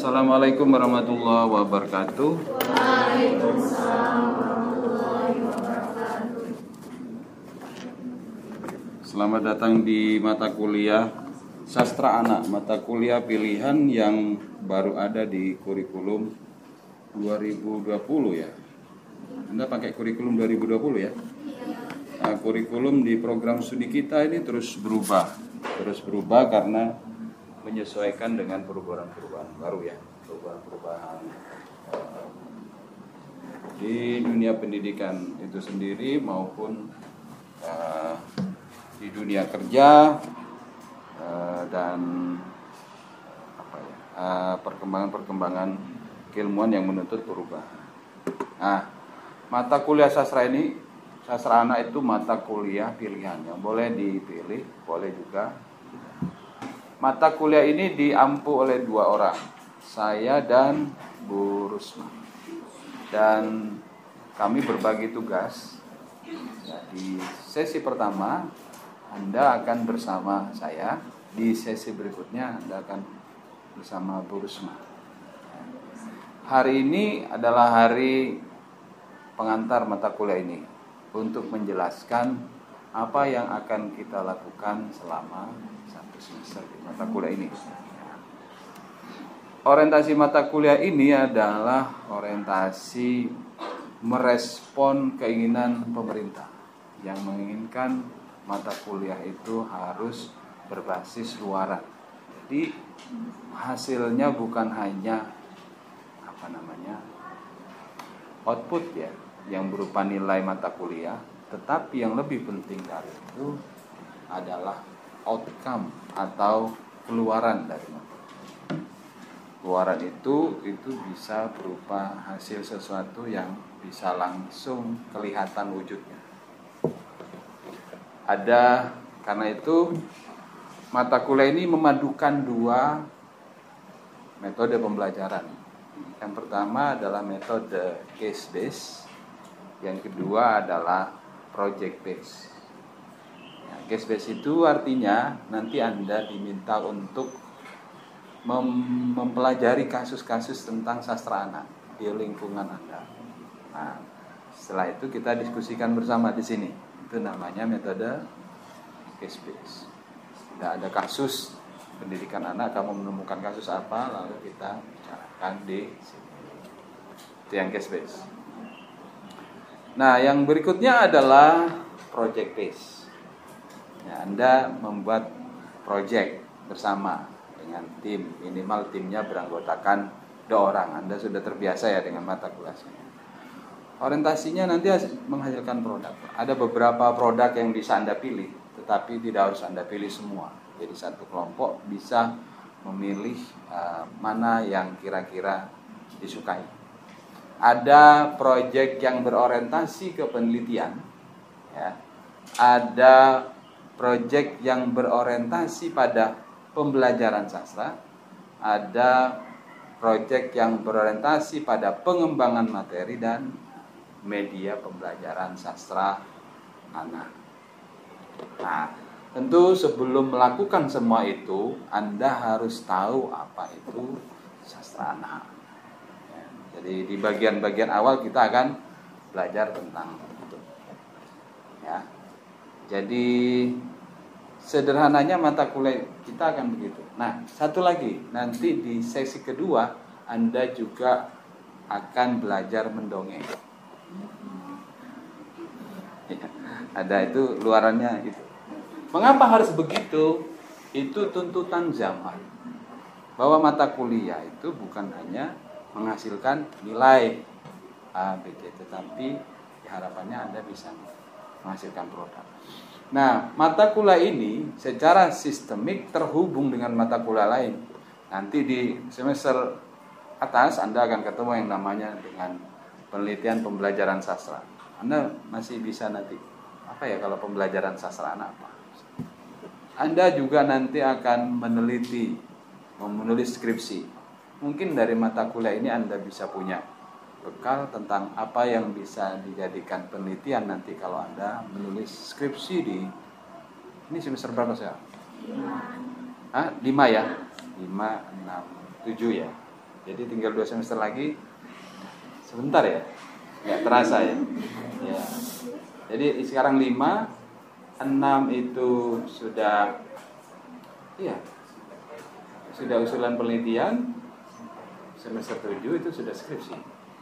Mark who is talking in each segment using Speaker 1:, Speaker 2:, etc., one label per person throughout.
Speaker 1: Assalamualaikum warahmatullahi wabarakatuh.
Speaker 2: Waalaikumsalam warahmatullahi wabarakatuh.
Speaker 1: Selamat datang di mata kuliah Sastra Anak, mata kuliah pilihan yang baru ada di kurikulum 2020 ya. Anda pakai kurikulum 2020 ya? Nah, kurikulum di program studi kita ini terus berubah karena menyesuaikan dengan perubahan-perubahan baru ya, perubahan-perubahan di dunia pendidikan itu sendiri maupun di dunia kerja dan perkembangan keilmuan yang menuntut perubahan. Nah, mata kuliah sastra ini, sastra anak itu mata kuliah pilihan yang boleh dipilih, boleh juga. Mata kuliah ini diampu oleh dua orang, saya dan Bu Rusma. Dan kami berbagi tugas. Ya, di sesi pertama Anda akan bersama saya, di sesi berikutnya Anda akan bersama Bu Rusma. Hari ini adalah hari pengantar mata kuliah ini untuk menjelaskan apa yang akan kita lakukan selama satu semester di mata kuliah ini. Orientasi mata kuliah ini adalah orientasi merespon keinginan pemerintah yang menginginkan mata kuliah itu harus berbasis luaran. Jadi hasilnya bukan hanya output ya, yang berupa nilai mata kuliah, tetapi yang lebih penting dari itu adalah outcome atau keluaran dari mata kuliah. Keluaran itu bisa berupa hasil sesuatu yang bisa langsung kelihatan wujudnya. Karena itu mata kuliah ini memadukan dua metode pembelajaran. Yang pertama adalah metode case based, yang kedua adalah project based. Case based itu artinya nanti Anda diminta untuk mempelajari kasus-kasus tentang sastra anak di lingkungan Anda. Nah, setelah itu kita diskusikan bersama di sini. Itu namanya metode case based. Tidak ada kasus pendidikan anak, kamu menemukan kasus apa, lalu kita bicarakan di sini. Itu yang case based. Nah, yang berikutnya adalah project based. Ya, Anda membuat project bersama dengan tim, minimal timnya beranggotakan 2 orang. Anda sudah terbiasa ya dengan mata kuliah ini. Orientasinya nanti menghasilkan produk. Ada beberapa produk yang bisa Anda pilih, tetapi tidak harus Anda pilih semua. Jadi satu kelompok bisa memilih mana yang kira-kira disukai. Ada project yang berorientasi ke penelitian, ya. Ada project yang berorientasi pada pembelajaran sastra, ada project yang berorientasi pada pengembangan materi dan media pembelajaran sastra anak. Nah, tentu sebelum melakukan semua itu, Anda harus tahu apa itu sastra anak. Ya, jadi di bagian-bagian awal kita akan belajar tentang itu. Ya. Jadi sederhananya mata kuliah kita akan begitu. Nah, satu lagi, nanti di sesi kedua Anda juga akan belajar mendongeng. Ya, ada itu luarannya itu. Mengapa harus begitu? Itu tuntutan zaman. Bahwa mata kuliah itu bukan hanya menghasilkan nilai A, B, C, tetapi harapannya Anda bisa menghasilkan produk. Nah, mata kuliah ini secara sistemik terhubung dengan mata kuliah lain. Nanti di semester atas Anda akan ketemu yang namanya dengan penelitian pembelajaran sastra. Anda masih bisa nanti, apa ya kalau pembelajaran sastra anak apa? Anda juga nanti akan meneliti, menulis skripsi. Mungkin dari mata kuliah ini Anda bisa punya bekal tentang apa yang bisa dijadikan penelitian nanti kalau Anda menulis skripsi di ini semester berapa saya? 5 ya? 5, 6, 7 ya. Jadi tinggal 2 semester lagi. Sebentar ya, nggak terasa ya. Ya. Jadi sekarang 5, 6 itu sudah, iya, sudah usulan penelitian. Semester 7 itu sudah skripsi.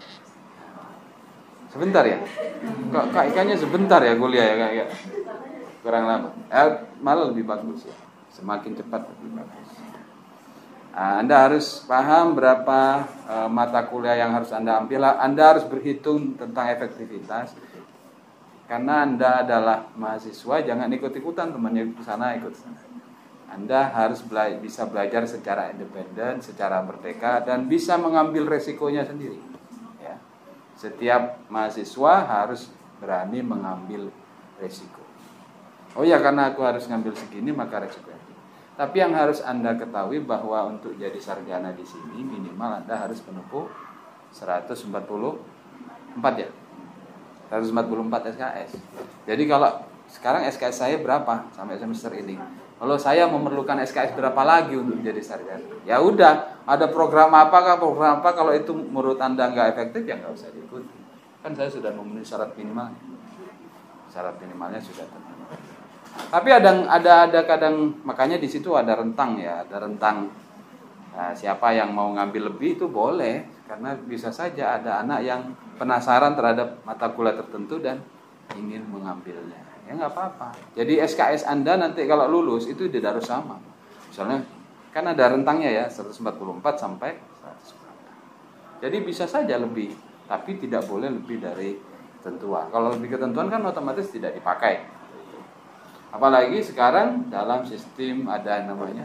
Speaker 1: Sebentar ya, kok kayaknya sebentar ya kuliah ya, kayak kurang lama. Malah lebih bagus ya, semakin cepat lebih bagus. Anda harus paham berapa mata kuliah yang harus Anda ambil. Anda harus berhitung tentang efektivitas. Karena Anda adalah mahasiswa, jangan ikut-ikutan temannya ke sana ikut sana. Anda harus bisa belajar secara independen, secara merdeka, dan bisa mengambil resikonya sendiri. Ya. Setiap mahasiswa harus berani mengambil resiko. Oh ya, karena aku harus ngambil segini maka resikonya. Tapi yang harus Anda ketahui bahwa untuk jadi sarjana di sini minimal Anda harus menempuh 144 ya. 144 SKS. Jadi kalau sekarang SKS saya berapa sampai semester ini? Kalau saya memerlukan SKS berapa lagi untuk jadi sarjana? Ya udah, ada program apa kalau itu menurut Anda nggak efektif ya nggak usah diikuti. Kan saya sudah memenuhi syarat minimalnya. Syarat minimalnya sudah terpenuhi. Tapi ada kadang, makanya di situ ada rentang ya, ada rentang. Nah, siapa yang mau ngambil lebih itu boleh, karena bisa saja ada anak yang penasaran terhadap mata kuliah tertentu dan ingin mengambilnya. Ya nggak apa-apa. Jadi SKS Anda nanti kalau lulus itu tidak harus sama. Misalnya kan ada rentangnya ya, 144 sampai 144. Jadi bisa saja lebih, tapi tidak boleh lebih dari ketentuan. Kalau lebih ketentuan kan otomatis tidak dipakai. Apalagi sekarang dalam sistem ada namanya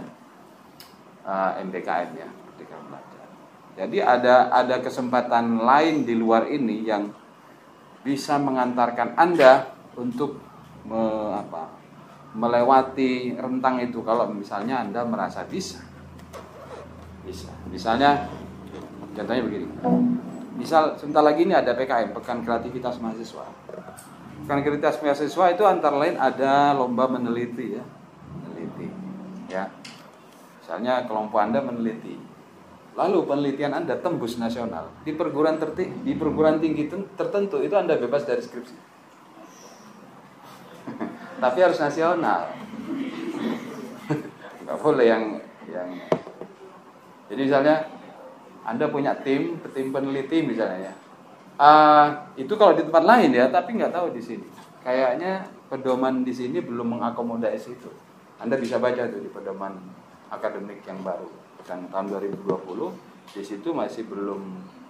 Speaker 1: MBKM ya, Merdeka Belajar. Jadi ada kesempatan lain di luar ini yang bisa mengantarkan Anda untuk melewati rentang itu. Kalau misalnya Anda merasa bisa. Misalnya contohnya begini. Misal sebentar lagi ini ada PKM, Pekan Kreativitas Mahasiswa. Pekan Kreativitas Mahasiswa itu antara lain ada lomba meneliti ya. Misalnya kelompok Anda meneliti. Lalu penelitian Anda tembus nasional. Di perguruan tinggi tertentu itu Anda bebas dari skripsi. Tapi harus nasional. Enggak boleh yang jadi misalnya Anda punya tim peneliti misalnya ya. Itu kalau di tempat lain ya, tapi nggak tahu di sini. Kayaknya pedoman di sini belum mengakomodasi itu. Anda bisa baca tuh di pedoman akademik yang baru yang tahun 2020. Di situ masih belum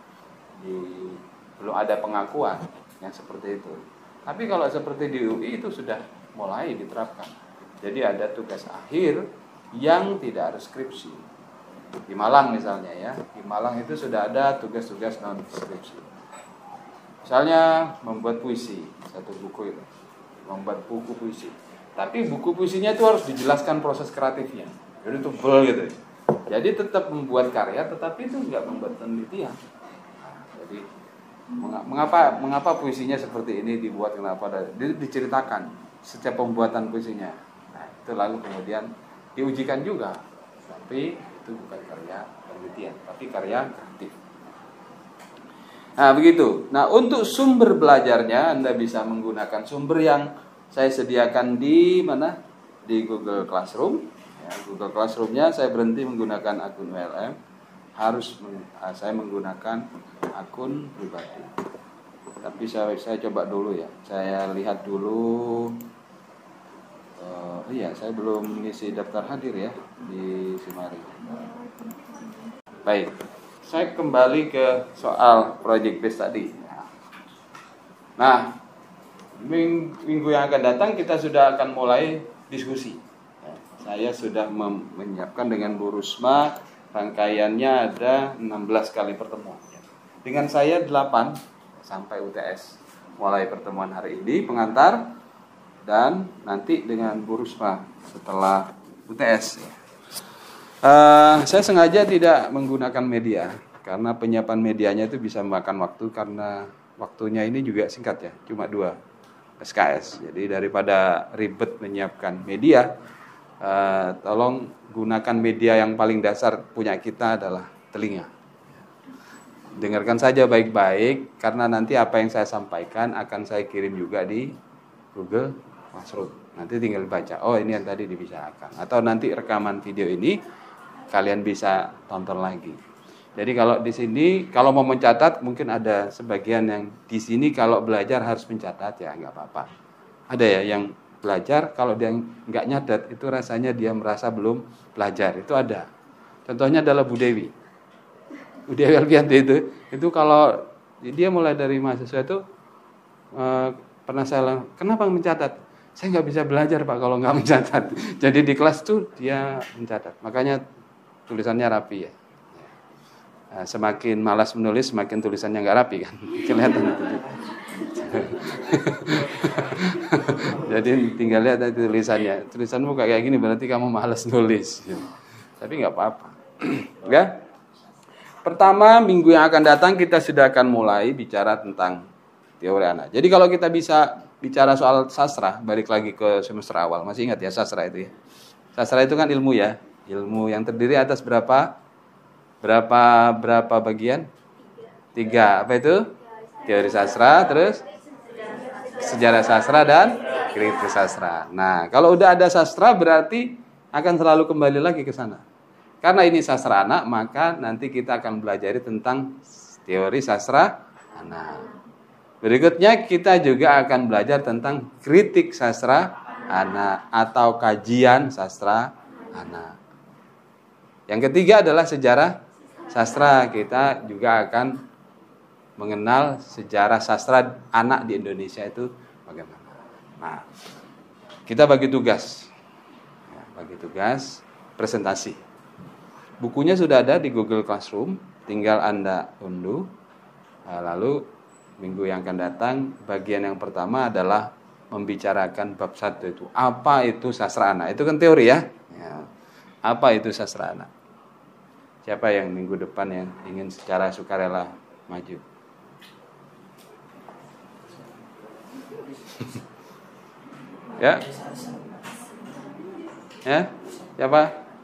Speaker 1: ada pengakuan yang seperti itu. Tapi kalau seperti di UI itu sudah mulai diterapkan. Jadi ada tugas akhir yang tidak harus skripsi. Di Malang misalnya ya, di Malang itu sudah ada tugas-tugas non skripsi. Misalnya membuat puisi, satu buku itu, membuat buku puisi. Tapi buku puisinya itu harus dijelaskan proses kreatifnya. Jadi tebal gitu. Jadi tetap membuat karya, tetapi itu nggak membuat penelitian. Jadi mengapa puisinya seperti ini dibuat, kenapa? Diceritakan setiap pembuatan puisinya. Nah, itu lalu kemudian diujikan juga. Tapi itu bukan karya penelitian, tapi karya kreatif. Nah begitu. Nah untuk sumber belajarnya Anda bisa menggunakan sumber yang saya sediakan di mana? Di Google Classroom. Ya, Google Classroom-nya saya berhenti menggunakan akun ULM. Saya menggunakan akun pribadi. Tapi saya coba dulu ya. Saya lihat dulu. Saya belum mengisi daftar hadir ya di Simari. Baik. Saya kembali ke soal project base tadi. Nah, minggu yang akan datang kita sudah akan mulai diskusi. Saya sudah menyiapkan dengan Bu Rusma, rangkaiannya ada 16 kali pertemuan. Dengan saya 8 sampai UTS. Mulai pertemuan hari ini, pengantar, dan nanti dengan Bu Rusma setelah UTS. Saya sengaja tidak menggunakan media karena penyiapan medianya itu bisa memakan waktu, karena waktunya ini juga singkat ya, cuma 2 SKS. Jadi daripada ribet menyiapkan media, tolong gunakan media yang paling dasar punya kita adalah telinga. dengarkan saja baik-baik, karena nanti apa yang saya sampaikan akan saya kirim juga di Google Classroom. Nanti tinggal baca, oh ini yang tadi dibicarakan. Atau nanti rekaman video ini kalian bisa tonton lagi. Jadi kalau di sini, kalau mau mencatat, mungkin ada sebagian yang di sini kalau belajar harus mencatat, ya nggak apa-apa. Ada ya yang belajar, kalau dia nggak nyatet, itu rasanya dia merasa belum belajar. Itu ada. Contohnya adalah Bu Dewi. Bu Dewi Alfianti itu kalau dia mulai dari mahasiswa itu, pernah saya, kenapa mencatat? Saya nggak bisa belajar Pak kalau nggak mencatat. Jadi di kelas tuh dia mencatat. Makanya tulisannya rapi ya. Semakin malas menulis, semakin tulisannya nggak rapi kan, kelihatan itu. Jadi tinggal lihat tulisannya. Tulisanmu kayak gini berarti kamu malas nulis. Tapi nggak apa-apa. Ya. Pertama, minggu yang akan datang kita sudah akan mulai bicara tentang teori anak. Jadi kalau kita bisa bicara soal sastra, balik lagi ke semester awal. Masih ingat ya sastra itu ya? Sastra itu kan ilmu ya. Ilmu yang terdiri atas berapa bagian? 3. Apa itu? Teori sastra, terus sejarah sastra dan kritik sastra. Nah, kalau udah ada sastra berarti akan selalu kembali lagi ke sana. Karena ini sastra anak, maka nanti kita akan belajar tentang teori sastra anak. Berikutnya kita juga akan belajar tentang kritik sastra anak atau kajian sastra anak. Yang ketiga adalah sejarah sastra. Kita juga akan mengenal sejarah sastra anak di Indonesia itu bagaimana. Nah, kita bagi tugas. Ya, bagi tugas presentasi. Bukunya sudah ada di Google Classroom, tinggal Anda unduh. Lalu minggu yang akan datang, bagian yang pertama adalah membicarakan bab 1 itu. Apa itu sastra anak? Itu kan teori ya. Apa itu sastra anak? Siapa yang minggu depan yang ingin secara sukarela maju? Ya? Ya? Siapa?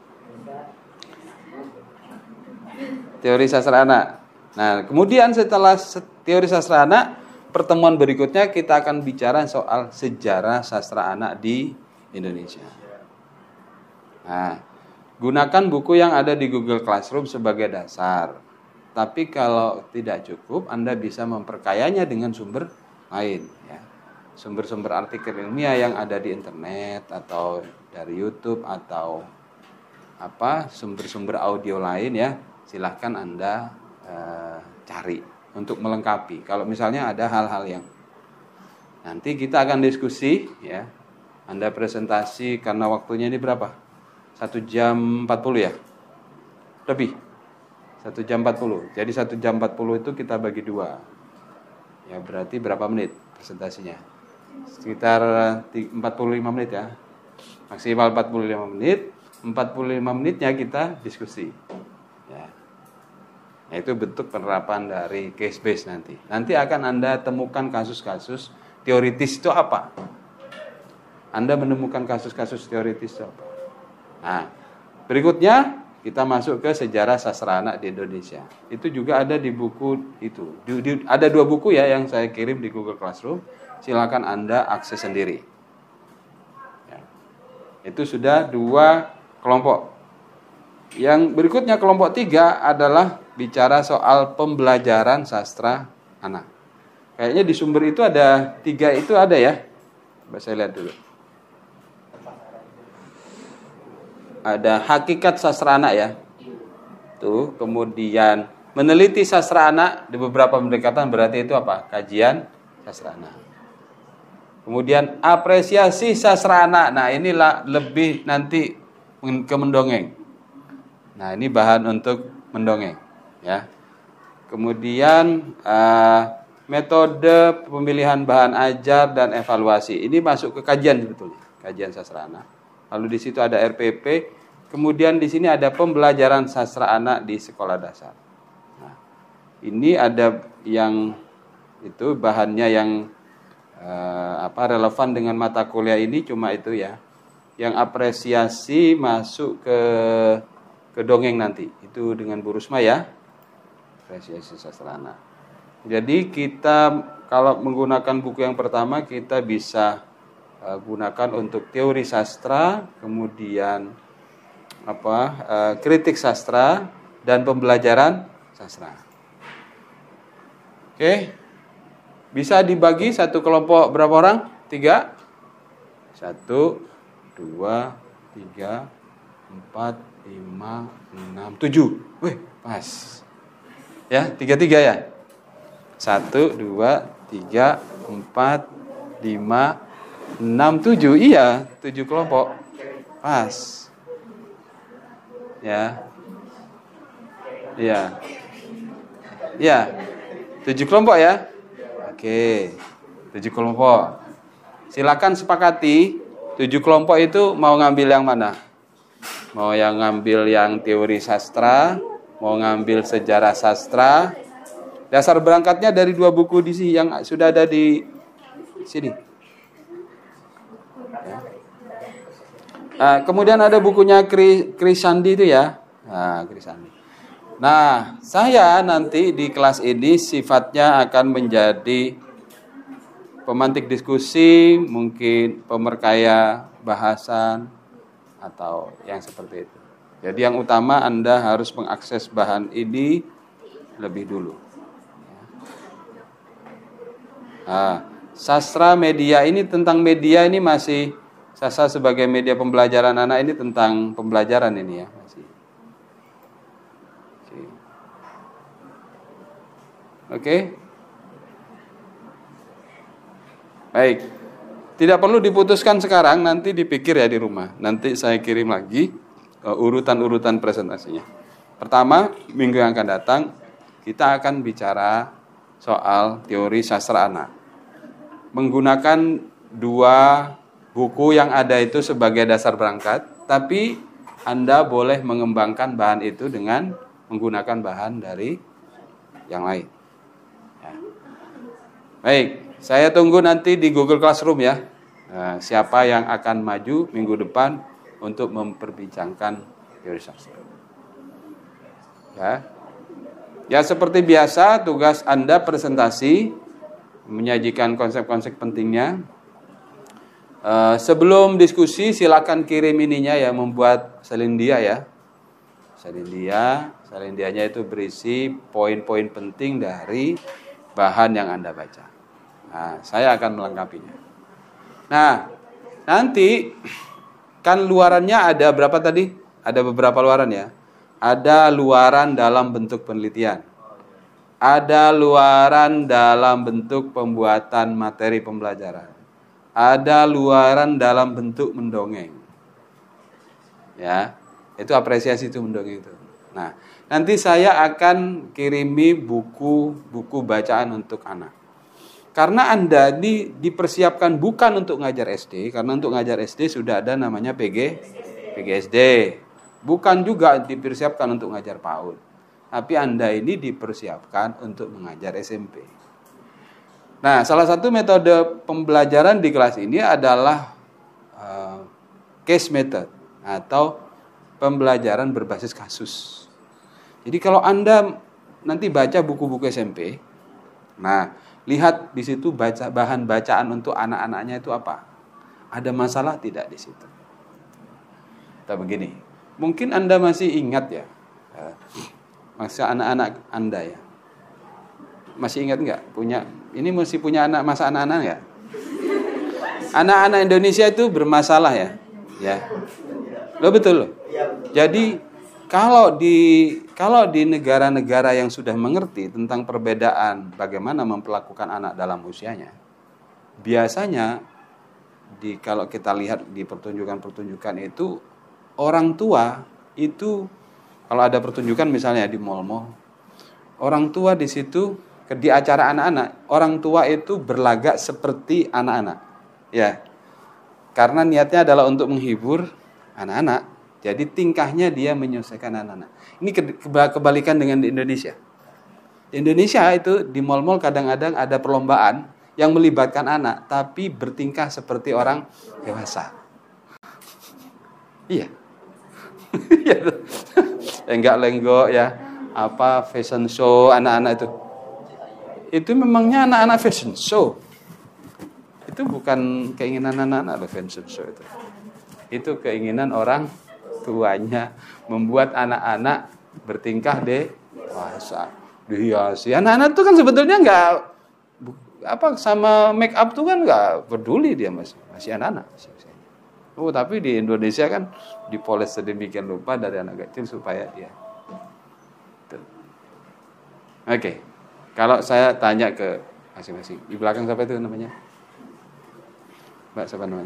Speaker 1: Teori sastra anak. Nah, kemudian setelah teori sastra anak, pertemuan berikutnya kita akan bicara soal sejarah sastra anak di Indonesia. Nah, gunakan buku yang ada di Google Classroom sebagai dasar. Tapi kalau tidak cukup, Anda bisa memperkayanya dengan sumber lain. Ya. Sumber-sumber artikel ilmiah yang ada di internet atau dari YouTube atau sumber-sumber audio lain ya. Silahkan Anda cari untuk melengkapi. Kalau misalnya ada hal-hal yang nanti kita akan diskusi ya. Anda presentasi karena waktunya ini berapa? 1 jam 40 ya? Lebih 1 jam 40. Jadi 1 jam 40 itu kita bagi 2. Ya berarti berapa menit presentasinya? Sekitar 45 menit ya. Maksimal 45 menit. 45 menitnya kita diskusi. Ya. Nah, itu bentuk penerapan dari case base nanti. Nanti akan Anda temukan kasus-kasus teoritis itu apa? Anda menemukan kasus-kasus teoritis itu apa? Nah, berikutnya kita masuk ke sejarah sastra anak di Indonesia. Itu juga ada di buku itu. Ada 2 buku ya yang saya kirim di Google Classroom. Silakan Anda akses sendiri. Ya. Itu sudah 2 kelompok. Yang berikutnya kelompok 3 adalah bicara soal pembelajaran sastra anak. Kayaknya di sumber itu ada 3 itu ada ya. Coba saya lihat dulu. Ada hakikat sastra anak ya. Tuh, kemudian meneliti sastra anak di beberapa pendekatan berarti itu apa? Kajian sastra anak. Kemudian apresiasi sastra anak. Nah, inilah lebih nanti ke mendongeng. Nah, ini bahan untuk mendongeng ya. Kemudian metode pemilihan bahan ajar dan evaluasi. Ini masuk ke kajian sebetulnya, kajian sastra anak. Lalu di situ ada RPP, kemudian di sini ada pembelajaran sastra anak di sekolah dasar. Nah, ini ada yang itu bahannya yang relevan dengan mata kuliah ini cuma itu ya. Yang apresiasi masuk ke dongeng nanti. Itu dengan Bu Rusma ya. Apresiasi sastra anak. Jadi kita kalau menggunakan buku yang pertama kita bisa gunakan untuk teori sastra, kemudian kritik sastra dan pembelajaran sastra. Oke. Bisa dibagi satu kelompok berapa orang? 3. 1, 2, 3, 4, 5, 6, 7. Wih, pas. Ya, 3-3 ya. 1, 2, 3, 4, 5, 6, 7. Iya, 7 kelompok. Pas. Ya. Iya. Iya. 7 kelompok ya. Oke. 7 kelompok. Silakan sepakati 7 kelompok itu mau ngambil yang mana? Mau yang ngambil yang teori sastra, mau ngambil sejarah sastra. Dasar berangkatnya dari 2 buku di sini yang sudah ada di sini. Kemudian ada bukunya Krisandi itu ya. Krisandi. Nah, saya nanti di kelas ini sifatnya akan menjadi pemantik diskusi, mungkin pemerkaya bahasan atau yang seperti itu. Jadi yang utama Anda harus mengakses bahan ini lebih dulu. Sastra media ini tentang media ini masih sastra sebagai media pembelajaran anak ini tentang pembelajaran ini ya masih. Oke. Baik. Tidak perlu diputuskan sekarang, nanti dipikir ya di rumah. Nanti saya kirim lagi urutan-urutan presentasinya. Pertama, minggu yang akan datang kita akan bicara soal teori sastra anak. Menggunakan 2 buku yang ada itu sebagai dasar berangkat, tapi Anda boleh mengembangkan bahan itu dengan menggunakan bahan dari yang lain. Ya. Baik, saya tunggu nanti di Google Classroom ya. Siapa yang akan maju minggu depan untuk memperbincangkan teori sastra. Ya, seperti biasa tugas Anda presentasi, menyajikan konsep-konsep pentingnya. Sebelum diskusi silakan kirim ininya ya, membuat selindia ya. Selindianya itu berisi poin-poin penting dari bahan yang Anda baca. Nah, saya akan melengkapinya. Nah, nanti kan luarannya ada berapa tadi? Ada beberapa luaran ya. Ada luaran dalam bentuk penelitian. Ada luaran dalam bentuk pembuatan materi pembelajaran. Ada luaran dalam bentuk mendongeng. Ya, itu apresiasi itu mendongeng itu. Nah, nanti saya akan kirimi buku bacaan untuk anak. Karena Anda dipersiapkan bukan untuk ngajar SD, karena untuk ngajar SD sudah ada namanya PGSD. Bukan juga dipersiapkan untuk ngajar PAUD. Tapi Anda ini dipersiapkan untuk mengajar SMP. Nah, salah satu metode pembelajaran di kelas ini adalah case method atau pembelajaran berbasis kasus. Jadi kalau Anda nanti baca buku-buku SMP, nah, lihat di situ bahan bacaan untuk anak-anaknya itu apa? Ada masalah tidak di situ? Kita begini, mungkin Anda masih ingat ya, masa anak-anak Anda ya, masih ingat nggak? Ini masih punya masa anak-anak nggak? Anak-anak Indonesia itu bermasalah ya, lo betul loh. Jadi kalau di negara-negara yang sudah mengerti tentang perbedaan bagaimana memperlakukan anak dalam usianya, biasanya kalau kita lihat di pertunjukan-pertunjukan itu, orang tua itu kalau ada pertunjukan misalnya di mal-mal, orang tua di situ di acara anak-anak, orang tua itu berlagak seperti anak-anak, ya, karena niatnya adalah untuk menghibur anak-anak. Jadi tingkahnya dia menyelesaikan anak-anak. Ini kebalikan dengan di Indonesia. Di Indonesia itu di mal-mal kadang-kadang ada perlombaan yang melibatkan anak, tapi bertingkah seperti orang dewasa. Iya. Enggak lenggok ya. apa fashion show anak-anak itu memangnya anak-anak fashion show. Itu bukan keinginan anak-anak loh fashion show itu keinginan orang tuanya membuat anak-anak bertingkah dewasa, dihiasi. Anak-anak itu kan sebetulnya nggak sama make up tuh kan nggak peduli, dia masih anak-anak. Oh, tapi di Indonesia kan dipoles sedemikian rupa dari anak kecil supaya dia. Oke. Kalau saya tanya ke masing-masing, di belakang siapa itu namanya? Mbak, siapa namanya?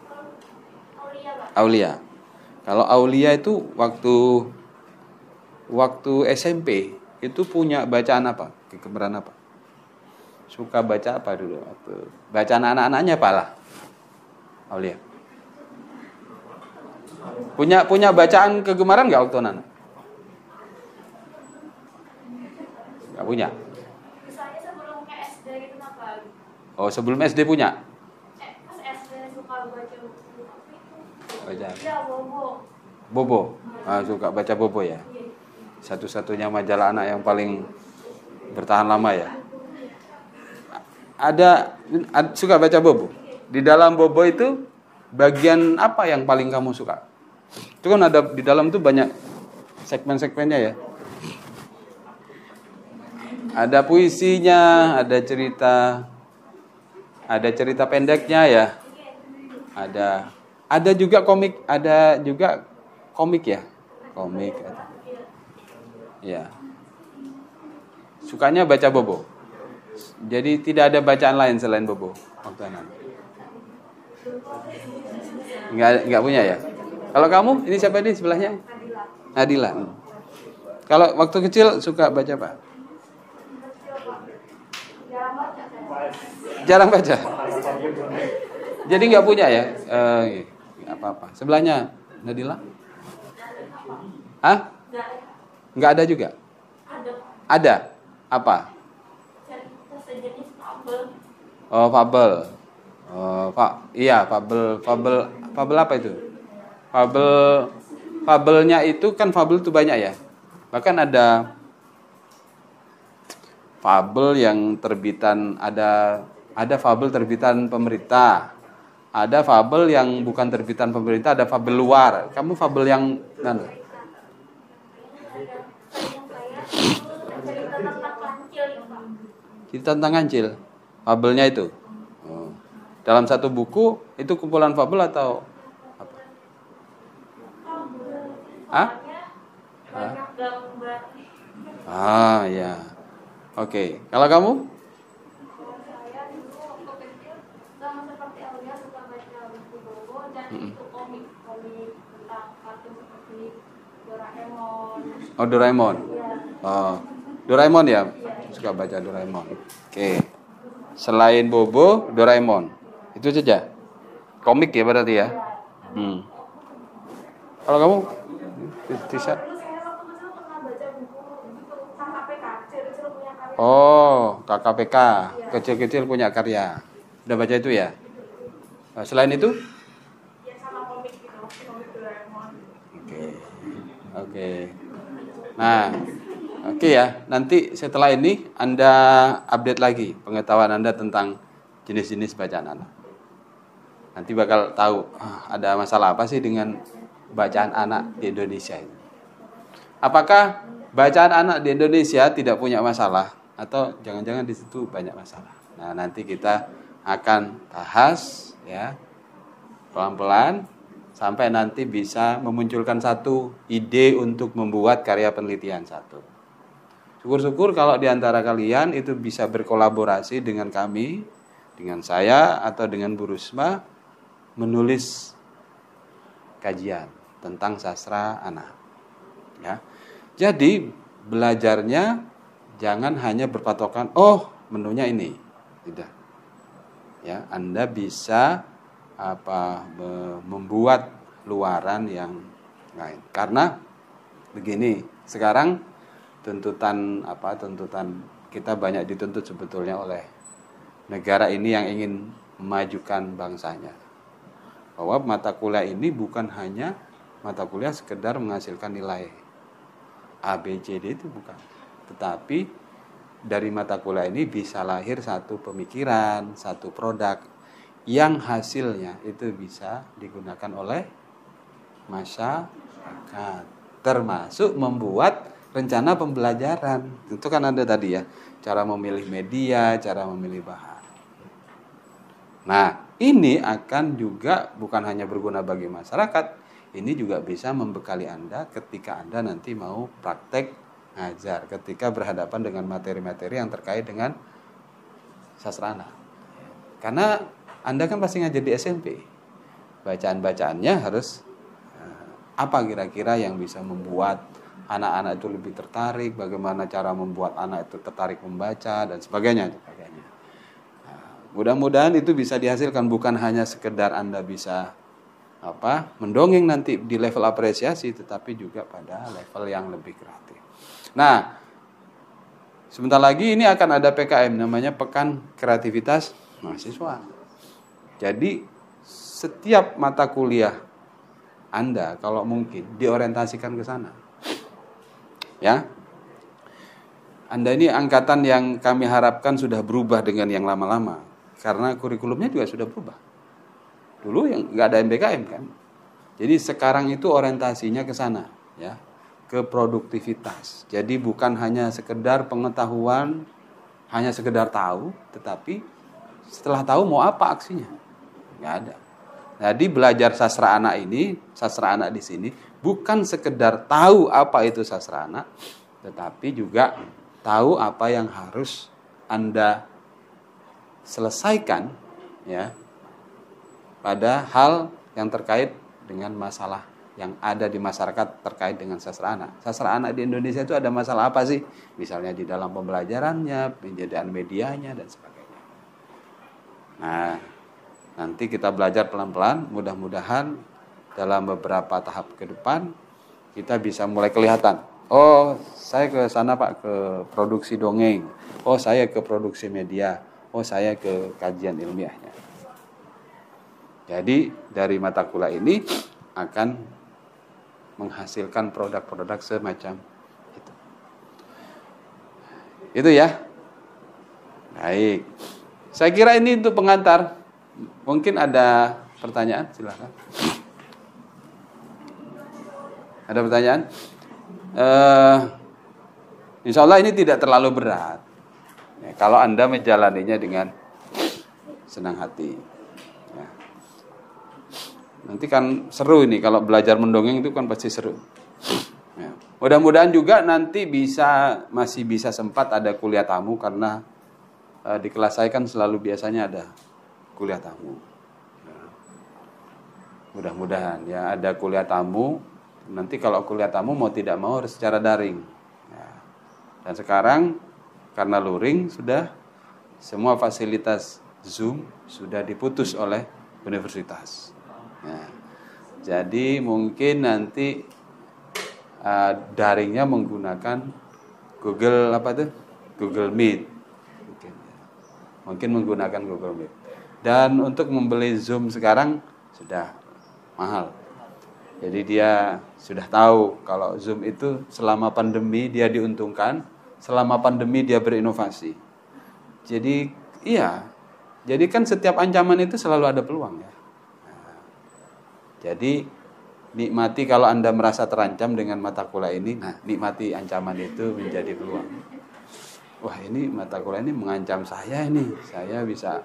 Speaker 1: Aulia. Kalau Aulia itu waktu SMP itu punya bacaan apa? Kegemaran apa? Suka baca apa dulu? Bacaan anak-anaknya apalah? Aulia. Punya bacaan kegemaran nggak waktu anak? Nggak punya.
Speaker 2: Misalnya sebelum ke SD gitu apa?
Speaker 1: Oh, sebelum SD punya?
Speaker 2: Pas SD suka baca buku apa itu?
Speaker 1: Baca.
Speaker 2: Iya, Bobo.
Speaker 1: Bobo. Suka baca Bobo ya. Satu-satunya majalah anak yang paling bertahan lama ya. Ada suka baca Bobo. Di dalam Bobo itu bagian apa yang paling kamu suka? Itu kan ada di dalam tuh banyak segmen-segmennya ya. Ada puisinya, ada cerita pendeknya ya. Ada juga komik ya. Komik. Ya. Sukanya baca Bobo. Jadi tidak ada bacaan lain selain Bobo waktu anak. Enggak punya ya. Kalau kamu, ini siapa nih sebelahnya? Nadila. Kalau waktu kecil suka baca apa? Jarang baca. Jadi nggak punya ya? Nggak apa-apa. Sebelahnya Nadila? Hah? Nggak ada juga? Ada. Apa? Oh, fabel. Oh, iya, fabel apa itu? Fabelnya itu kan fabel itu banyak ya. Bahkan ada fabel yang terbitan, ada fabel terbitan pemerintah. Ada fabel yang bukan terbitan pemerintah, ada fabel luar. Kamu fabel yang mana? Cerita tentang kancil. Fabelnya itu. Dalam satu buku itu kumpulan fabel atau apa? Hah? Ya. Oke. Kalau kamu?
Speaker 2: Saya dulu waktu kecil sama seperti Aulia suka baca buku Bobo dan itu komik tentang kartun seperti Doraemon.
Speaker 1: Oh, Doraemon.
Speaker 2: Iya.
Speaker 1: Oh, Doraemon ya? Suka baca Doraemon. Oke. Selain Bobo, Doraemon. Itu saja. Komik ya berarti ya? Kalau kamu? Tisha?
Speaker 2: Dulu saya waktu kecil pernah baca buku gitu, KKPK, kecil-kecil punya karya.
Speaker 1: Oh, KKPK. Kecil-kecil punya karya. Udah baca itu ya? Selain itu?
Speaker 2: Ya sama komik gitu, komik Doraemon.
Speaker 1: Oke. Nah, oke ya. Nanti setelah ini Anda update lagi pengetahuan Anda tentang jenis-jenis bacaan anak. Nanti bakal tahu ada masalah apa sih dengan bacaan anak di Indonesia ini. Apakah bacaan anak di Indonesia tidak punya masalah atau jangan-jangan di situ banyak masalah. Nah, nanti kita akan bahas ya pelan-pelan sampai nanti bisa memunculkan satu ide untuk membuat karya penelitian satu. Syukur-syukur kalau di antara kalian itu bisa berkolaborasi dengan kami, dengan saya atau dengan Bu Rusma menulis kajian tentang sastra anak. Ya. Jadi belajarnya jangan hanya berpatokan menunya ini. Tidak. Ya, Anda bisa membuat luaran yang lain. Karena begini, sekarang tuntutan kita banyak dituntut sebetulnya oleh negara ini yang ingin memajukan bangsanya. Bahwa mata kuliah ini bukan hanya mata kuliah sekedar menghasilkan nilai. A, B, C, D itu bukan. Tetapi dari mata kuliah ini bisa lahir satu pemikiran, satu produk yang hasilnya itu bisa digunakan oleh masyarakat, termasuk membuat rencana pembelajaran. Itu kan ada tadi ya, cara memilih media, cara memilih bahan. Nah, ini akan juga bukan hanya berguna bagi masyarakat, ini juga bisa membekali Anda ketika Anda nanti mau praktek ngajar, ketika berhadapan dengan materi-materi yang terkait dengan sastra anak. Karena Anda kan pasti ngajar di SMP. Bacaan-bacaannya harus apa kira-kira yang bisa membuat anak-anak itu lebih tertarik, bagaimana cara membuat anak itu tertarik membaca dan sebagainya. Mudah-mudahan itu bisa dihasilkan, bukan hanya sekedar Anda bisa mendongeng nanti di level apresiasi, tetapi juga pada level yang lebih kreatif. Nah, sebentar lagi ini akan ada PKM, namanya Pekan Kreativitas Mahasiswa. Jadi setiap mata kuliah Anda kalau mungkin diorientasikan ke sana. Ya. Anda ini angkatan yang kami harapkan sudah berubah dengan yang lama-lama. Karena kurikulumnya juga sudah berubah. Dulu yang nggak ada MBKM kan. Jadi sekarang itu orientasinya ke sana, ya, ke produktivitas. Jadi bukan hanya sekedar pengetahuan, hanya sekedar tahu, tetapi setelah tahu mau apa aksinya? Nggak ada. Jadi belajar sastra anak ini, sastra anak di sini bukan sekedar tahu apa itu sastra anak, tetapi juga tahu apa yang harus Anda selesaikan, ya, pada hal yang terkait dengan masalah yang ada di masyarakat terkait dengan sastra anak. Sastra anak di Indonesia itu ada masalah apa sih? Misalnya di dalam pembelajarannya, penyediaan medianya dan sebagainya. Nah, nanti kita belajar pelan-pelan, mudah-mudahan dalam beberapa tahap ke depan kita bisa mulai kelihatan. Oh, saya ke sana Pak, ke produksi dongeng. Oh, saya ke produksi media. Oh, saya ke kajian ilmiahnya. Jadi dari mata kuliah ini akan menghasilkan produk-produk semacam itu. Itu ya. Baik. Saya kira ini untuk pengantar. Mungkin ada pertanyaan, silakan. Ada pertanyaan? Insya Allah ini tidak terlalu berat. Ya, kalau Anda menjalaninya dengan senang hati. Ya. Nanti kan seru ini, kalau belajar mendongeng itu kan pasti seru. Ya. Mudah-mudahan juga nanti masih bisa sempat ada kuliah tamu, karena di kelas saya kan selalu biasanya ada kuliah tamu. Ya. Mudah-mudahan ya ada kuliah tamu. Nanti kalau kuliah tamu mau tidak mau harus secara daring. Ya. Dan sekarang karena luring sudah semua fasilitas Zoom sudah diputus oleh universitas. Nah, jadi mungkin nanti daringnya menggunakan Google Meet. Mungkin menggunakan Google Meet. Dan untuk membeli Zoom sekarang sudah mahal. Jadi dia sudah tahu kalau Zoom itu selama pandemi dia diuntungkan. Selama pandemi dia berinovasi. Jadi iya, jadi kan setiap ancaman itu selalu ada peluang ya. Nah, jadi nikmati kalau Anda merasa terancam dengan mata kuliah ini. Nah, nikmati ancaman itu menjadi peluang. Wah, ini mata kuliah ini mengancam saya ini. Saya bisa.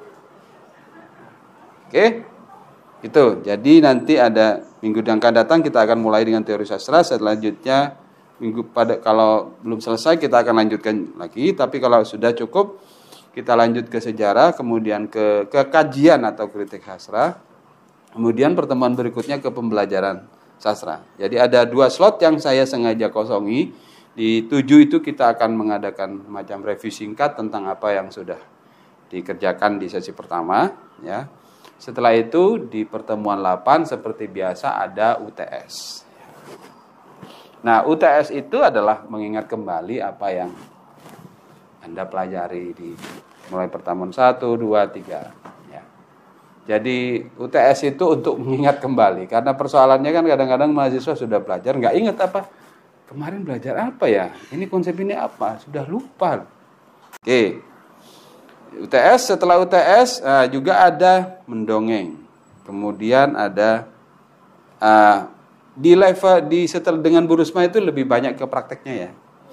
Speaker 1: Oke, itu. Jadi nanti ada minggu yang akan datang kita akan mulai dengan teori sastra. Selanjutnya kalau belum selesai kita akan lanjutkan lagi, tapi kalau sudah cukup kita lanjut ke sejarah, kemudian ke kajian atau kritik sastra, kemudian pertemuan berikutnya ke pembelajaran sastra. Jadi ada 2 slot yang saya sengaja kosongi. Di 7 itu kita akan mengadakan macam review singkat tentang apa yang sudah dikerjakan di sesi pertama, ya. Setelah itu di pertemuan 8 seperti biasa ada UTS. Nah, UTS itu adalah mengingat kembali apa yang Anda pelajari di mulai pertemuan 1, 2, 3. Ya. Jadi UTS itu untuk mengingat kembali. Karena persoalannya kan kadang-kadang mahasiswa sudah belajar, nggak ingat apa.
Speaker 3: kemarin belajar apa ya? Ini konsep ini apa? Sudah lupa. Oke. UTS, setelah UTS juga ada mendongeng. Kemudian ada di level setelah dengan Bu Rusma itu lebih banyak ke prakteknya ya.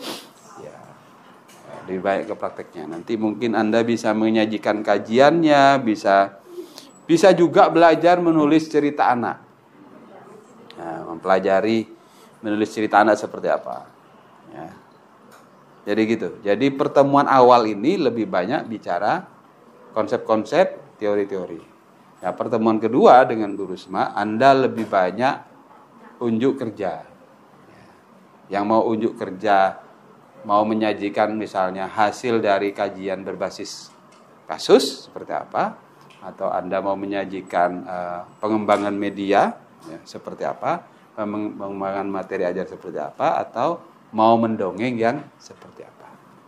Speaker 3: Lebih banyak ke prakteknya. Nanti mungkin Anda bisa menyajikan kajiannya, bisa juga belajar menulis cerita anak. Nah, mempelajari menulis cerita anak seperti apa. Ya. Jadi gitu. Jadi pertemuan awal ini lebih banyak bicara konsep-konsep, teori-teori. Nah, pertemuan kedua dengan Bu Rusma, Anda lebih banyak unjuk kerja. Yang mau unjuk kerja, mau menyajikan misalnya hasil dari kajian berbasis kasus seperti apa, atau Anda mau menyajikan pengembangan media ya, seperti apa, pengembangan materi ajar seperti apa, atau mau mendongeng yang seperti apa.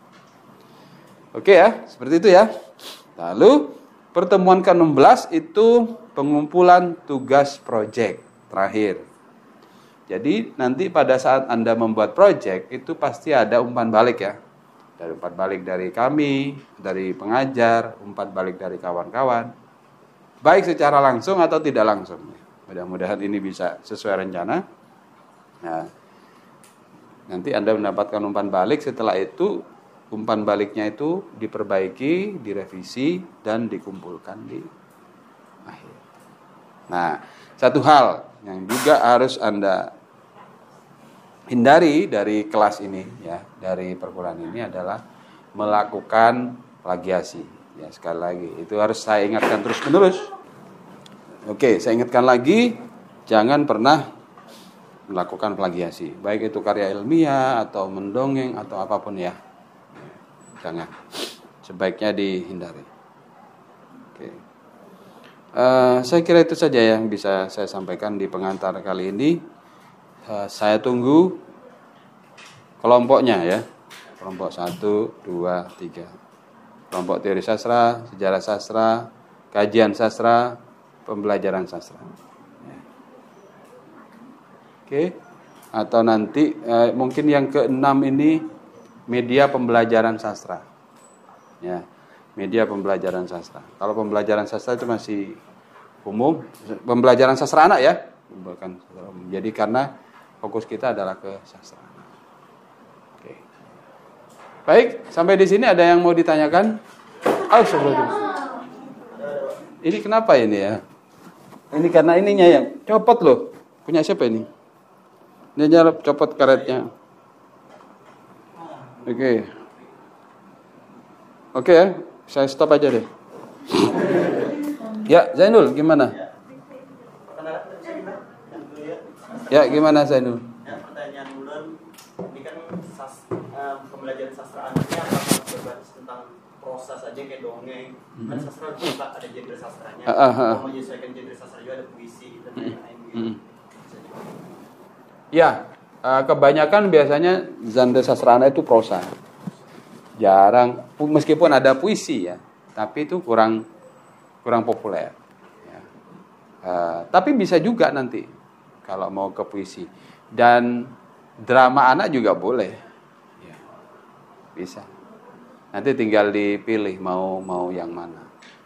Speaker 3: Oke ya, seperti itu ya. Lalu pertemuan ke-16 itu pengumpulan tugas proyek terakhir. Jadi nanti pada saat Anda membuat proyek itu pasti ada umpan balik ya. Dari umpan balik dari kami, dari pengajar, umpan balik dari kawan-kawan. Baik secara langsung atau tidak langsung. Mudah-mudahan ini bisa sesuai rencana. Nah, nanti Anda mendapatkan umpan balik, setelah itu umpan baliknya itu diperbaiki, direvisi, dan dikumpulkan di akhir. Nah, satu hal yang juga harus Anda hindari dari kelas ini, ya, dari perkuliahan ini adalah melakukan plagiasi. Ya, sekali lagi, itu harus saya ingatkan terus-menerus. Oke, saya ingatkan lagi, jangan pernah melakukan plagiasi, baik itu karya ilmiah atau mendongeng atau apapun ya. Jangan, sebaiknya dihindari. Oke. Saya kira itu saja yang bisa saya sampaikan di pengantar kali ini. Saya tunggu kelompoknya ya. Kelompok 1, 2, 3. Kelompok teori sastra, sejarah sastra, kajian sastra, pembelajaran sastra. Oke. Atau nanti mungkin yang ke-6 ini media pembelajaran sastra. Ya, media pembelajaran sastra. Kalau pembelajaran sastra itu masih umum, pembelajaran sastra anak ya, bukan sastra umum. Jadi karena fokus kita adalah ke sastra anak. Oke. Baik, sampai di sini ada yang mau ditanyakan? Ini kenapa ini ya? Ini karena ininya yang copot loh. Punya siapa ini? Ini aja copot karetnya. Oke. Oke ya, saya stop aja deh. Ya, Zainul gimana? Ya, gimana Zainul?
Speaker 4: Ya, pertanyaan ulun, ini kan pembelajaran sastra anaknya apakah berbasis tentang prosa saja kayak dongeng? Kan sastra juga ada genre sastranya. Kalau menyesuaikan genre sastra juga ada puisi dan lain-lain gitu.
Speaker 3: Ya, kebanyakan biasanya genre sastra anak itu prosa. Jarang, meskipun ada puisi ya, tapi itu kurang populer. Ya. Tapi bisa juga nanti kalau mau ke puisi. Dan drama anak juga boleh. Ya. Bisa. Nanti tinggal dipilih mau yang mana.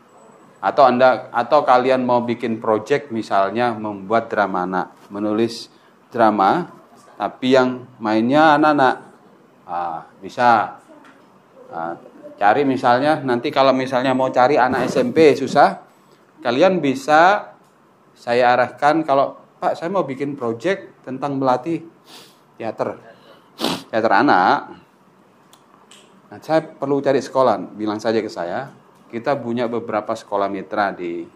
Speaker 3: Atau kalian mau bikin project misalnya membuat drama anak, menulis drama tapi yang mainnya anak-anak. Bisa. Cari misalnya, nanti kalau misalnya mau cari anak SMP susah, kalian bisa saya arahkan, kalau Pak saya mau bikin project tentang melatih teater anak. Nah, saya perlu cari sekolah, bilang saja ke saya. Kita punya beberapa sekolah mitra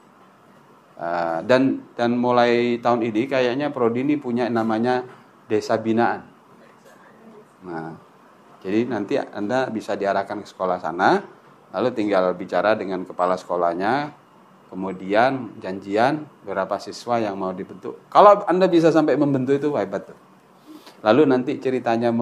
Speaker 3: dan mulai tahun ini kayaknya Prodi ini punya namanya desa binaan. Nah, jadi nanti Anda bisa diarahkan ke sekolah sana, lalu tinggal bicara dengan kepala sekolahnya, kemudian janjian berapa siswa yang mau dibentuk. Kalau Anda bisa sampai membentuk itu hebat tuh. Lalu nanti ceritanya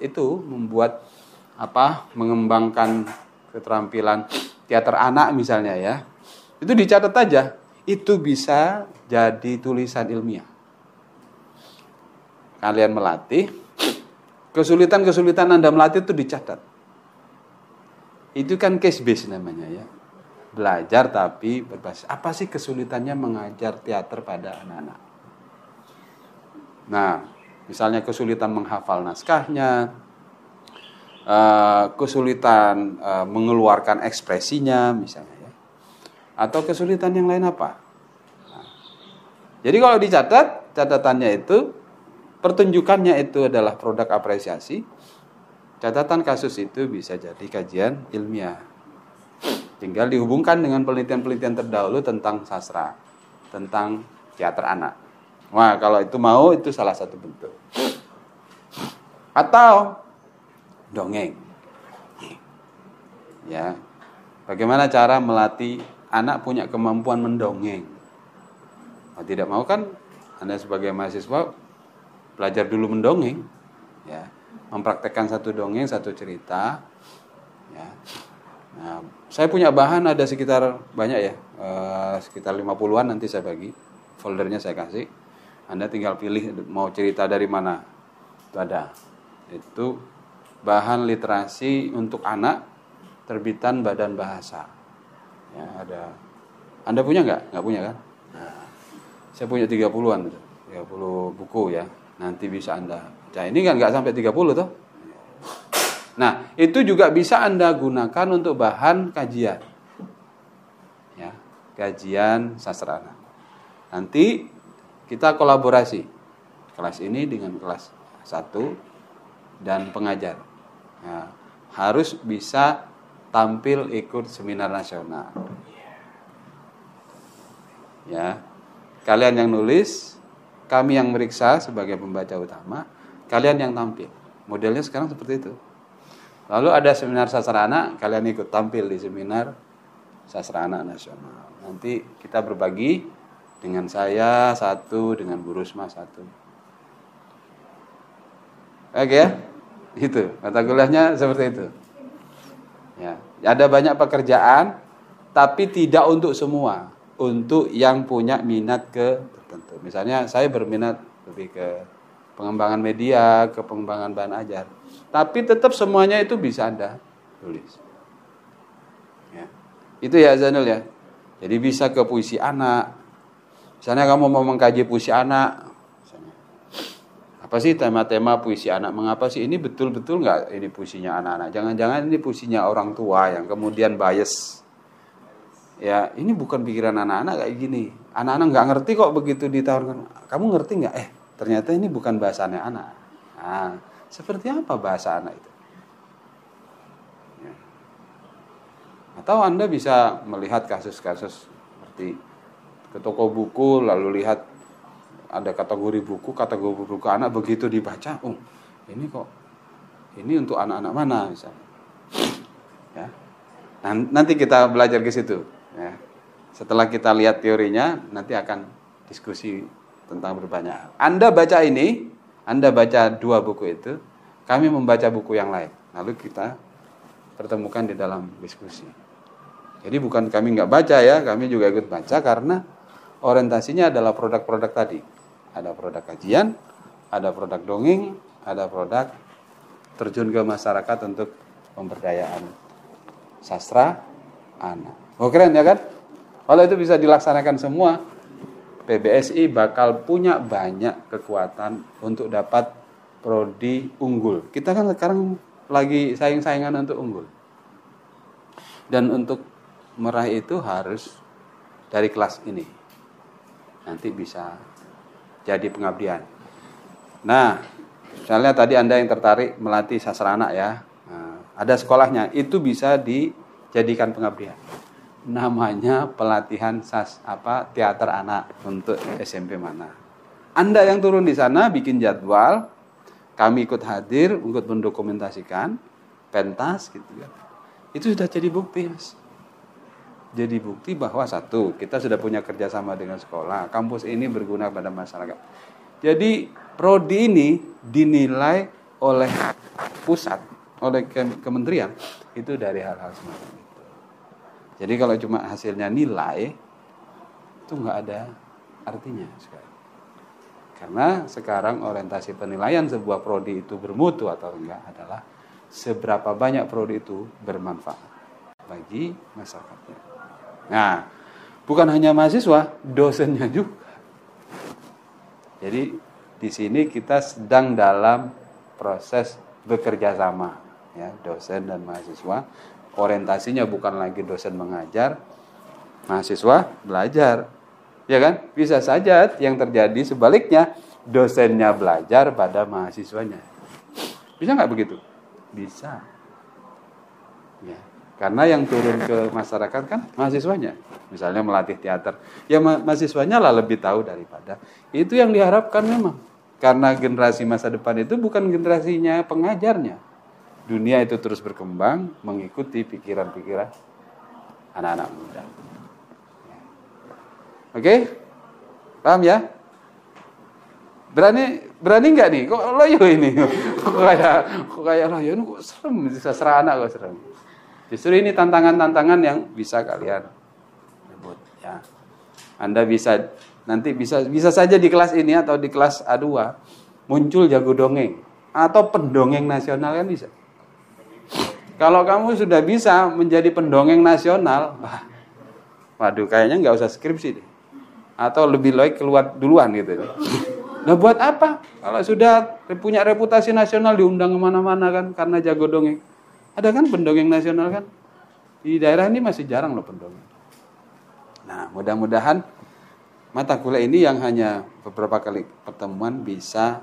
Speaker 3: mengembangkan keterampilan teater anak misalnya ya. Itu dicatat aja, itu bisa jadi tulisan ilmiah. Kalian melatih kesulitan-kesulitan Anda melatih itu dicatat. Itu kan case base namanya ya. Belajar tapi berbasis. Apa sih kesulitannya mengajar teater pada anak-anak? Nah, misalnya kesulitan menghafal naskahnya, kesulitan mengeluarkan ekspresinya misalnya ya. Atau kesulitan yang lain apa? Nah, jadi kalau dicatat, catatannya itu pertunjukannya itu adalah produk apresiasi. Catatan kasus itu bisa jadi kajian ilmiah. Tinggal dihubungkan dengan penelitian-penelitian terdahulu tentang sastra, tentang teater anak. Wah, kalau itu mau, itu salah satu bentuk. Atau dongeng. Ya. Bagaimana cara melatih anak punya kemampuan mendongeng? Nah, tidak mau kan Anda sebagai mahasiswa belajar dulu mendongeng, ya. Mempraktekkan satu dongeng, satu cerita, ya. Nah, saya punya bahan ada sekitar banyak ya, sekitar 50-an nanti saya bagi, foldernya saya kasih. Anda tinggal pilih mau cerita dari mana. Itu ada. Itu bahan literasi untuk anak, terbitan Badan Bahasa. Ya, ada. Anda punya nggak? Nggak punya kan? Nah, saya punya 30-an, 30 buku ya. Nanti bisa Anda. Nah, ini kan nggak sampai 30 toh. Nah, itu juga bisa Anda gunakan untuk bahan kajian. Ya, kajian sastra anak. Nanti kita kolaborasi. Kelas ini dengan kelas 1 dan pengajar. Nah, harus bisa tampil ikut seminar nasional. Ya. Kalian yang nulis, kami yang meriksa sebagai pembaca utama, kalian yang tampil. Modelnya sekarang seperti itu. Lalu ada seminar sastra anak, kalian ikut tampil di seminar sastra anak nasional. Nanti kita berbagi dengan saya satu, dengan Bu Rusma satu. Oke ya? Itu, mata kuliahnya seperti itu. Ya, ada banyak pekerjaan, tapi tidak untuk semua. Untuk yang punya minat ke tertentu. Misalnya saya berminat lebih ke pengembangan media, ke pengembangan bahan ajar. Tapi tetap semuanya itu bisa Anda tulis. Ya. Itu ya Zanul ya. Jadi bisa ke puisi anak. Misalnya kamu mau mengkaji puisi anak. Misalnya, apa sih tema-tema puisi anak? Mengapa sih ini betul-betul nggak ini puisinya anak-anak? Jangan-jangan ini puisinya orang tua yang kemudian bias. Ya, ini bukan pikiran anak-anak kayak gini. Anak-anak nggak ngerti kok begitu ditawarkan. Kamu ngerti nggak? Ternyata ini bukan bahasanya anak. Nah, seperti apa bahasa anak itu? Ya. Atau Anda bisa melihat kasus-kasus seperti ke toko buku, lalu lihat ada kategori buku anak, begitu dibaca, ini kok, ini untuk anak-anak mana misalnya. Ya. Nah, nanti kita belajar ke situ. Ya. Setelah kita lihat teorinya, nanti akan diskusi tentang berbanyak hal. Anda baca ini, Anda baca 2 buku itu, kami membaca buku yang lain. Lalu kita pertemukan di dalam diskusi. Jadi bukan kami nggak baca ya, kami juga ikut baca karena orientasinya adalah produk-produk tadi. Ada produk kajian, ada produk dongeng, ada produk terjun ke masyarakat untuk pemberdayaan sastra anak. Oh keren ya kan? Kalau itu bisa dilaksanakan semua, PBSI bakal punya banyak kekuatan untuk dapat prodi unggul. Kita kan sekarang lagi saing-saingan untuk unggul. Dan untuk meraih itu harus dari kelas ini. Nanti bisa jadi pengabdian. Nah, misalnya tadi Anda yang tertarik melatih sastra anak ya. Nah, ada sekolahnya, itu bisa dijadikan pengabdian. Namanya pelatihan teater anak untuk SMP mana. Anda yang turun di sana bikin jadwal, kami ikut hadir untuk mendokumentasikan, pentas gitu kan. Itu sudah jadi bukti, Mas. Jadi bukti bahwa satu, kita sudah punya kerjasama dengan sekolah, kampus ini berguna pada masyarakat. Jadi prodi ini dinilai oleh pusat, oleh kementerian itu dari hal-hal semacam itu. Jadi kalau cuma hasilnya nilai itu nggak ada artinya sekali. Karena sekarang orientasi penilaian sebuah prodi itu bermutu atau enggak adalah seberapa banyak prodi itu bermanfaat bagi masyarakatnya. Nah, bukan hanya mahasiswa, dosennya juga. Jadi di sini kita sedang dalam proses bekerja sama, ya, dosen dan mahasiswa. Orientasinya bukan lagi dosen mengajar, mahasiswa belajar, ya kan? Bisa saja yang terjadi sebaliknya, dosennya belajar pada mahasiswanya. Bisa nggak begitu? Bisa. Ya, karena yang turun ke masyarakat kan mahasiswanya. Misalnya melatih teater, ya mahasiswanya lah lebih tahu daripada. Itu yang diharapkan memang. Karena generasi masa depan itu bukan generasinya pengajarnya. Dunia itu terus berkembang mengikuti pikiran-pikiran anak-anak muda. Oke? Paham ya? Berani nggak nih? Kok loyo ini? Kok kayak loyo ini kok serem, sastra anak kok serem. Justru ini tantangan-tantangan yang bisa kalian rebut, ya. Anda bisa nanti bisa saja di kelas ini atau di kelas A2 muncul jago dongeng atau pendongeng nasional kan bisa. Kalau kamu sudah bisa menjadi pendongeng nasional, waduh kayaknya nggak usah skripsi deh. Atau lebih baik keluar duluan gitu. Nah buat apa? Kalau sudah punya reputasi nasional diundang kemana-mana kan karena jago dongeng. Ada kan pendongeng nasional kan? Di daerah ini masih jarang loh pendongeng. Nah mudah-mudahan mata kuliah ini yang hanya beberapa kali pertemuan bisa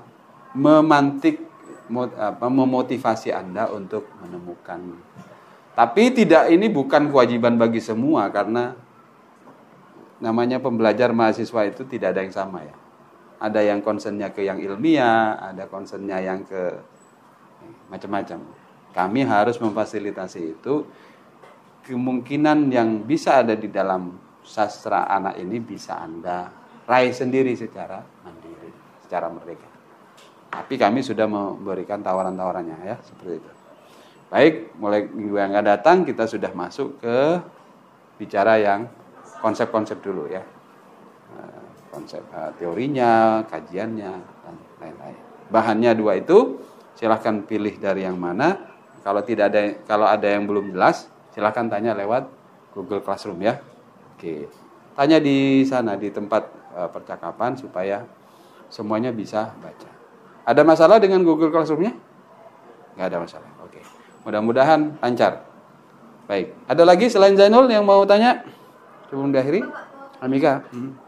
Speaker 3: memotivasi Anda untuk menemukan. Tapi ini bukan kewajiban bagi semua karena namanya pembelajar mahasiswa itu tidak ada yang sama ya. Ada yang concernnya ke yang ilmiah, ada concernnya yang ke macam-macam. Kami harus memfasilitasi itu. Kemungkinan yang bisa ada di dalam sastra anak ini bisa Anda raih sendiri secara mandiri, secara merdeka. Tapi kami sudah memberikan tawaran-tawarannya ya, seperti itu. Baik, mulai minggu yang akan datang kita sudah masuk ke bicara yang konsep-konsep dulu ya. Konsep teorinya, kajiannya dan lain-lain. Bahannya 2 itu, silahkan pilih dari yang mana. Kalau ada yang belum jelas, silahkan tanya lewat Google Classroom ya. Oke. Tanya di sana di tempat percakapan supaya semuanya bisa baca. Ada masalah dengan Google Classroom-nya? Nggak ada masalah. Oke. Mudah-mudahan lancar. Baik. Ada lagi selain Zainul yang mau tanya? Sebelum diakhiri? Amika.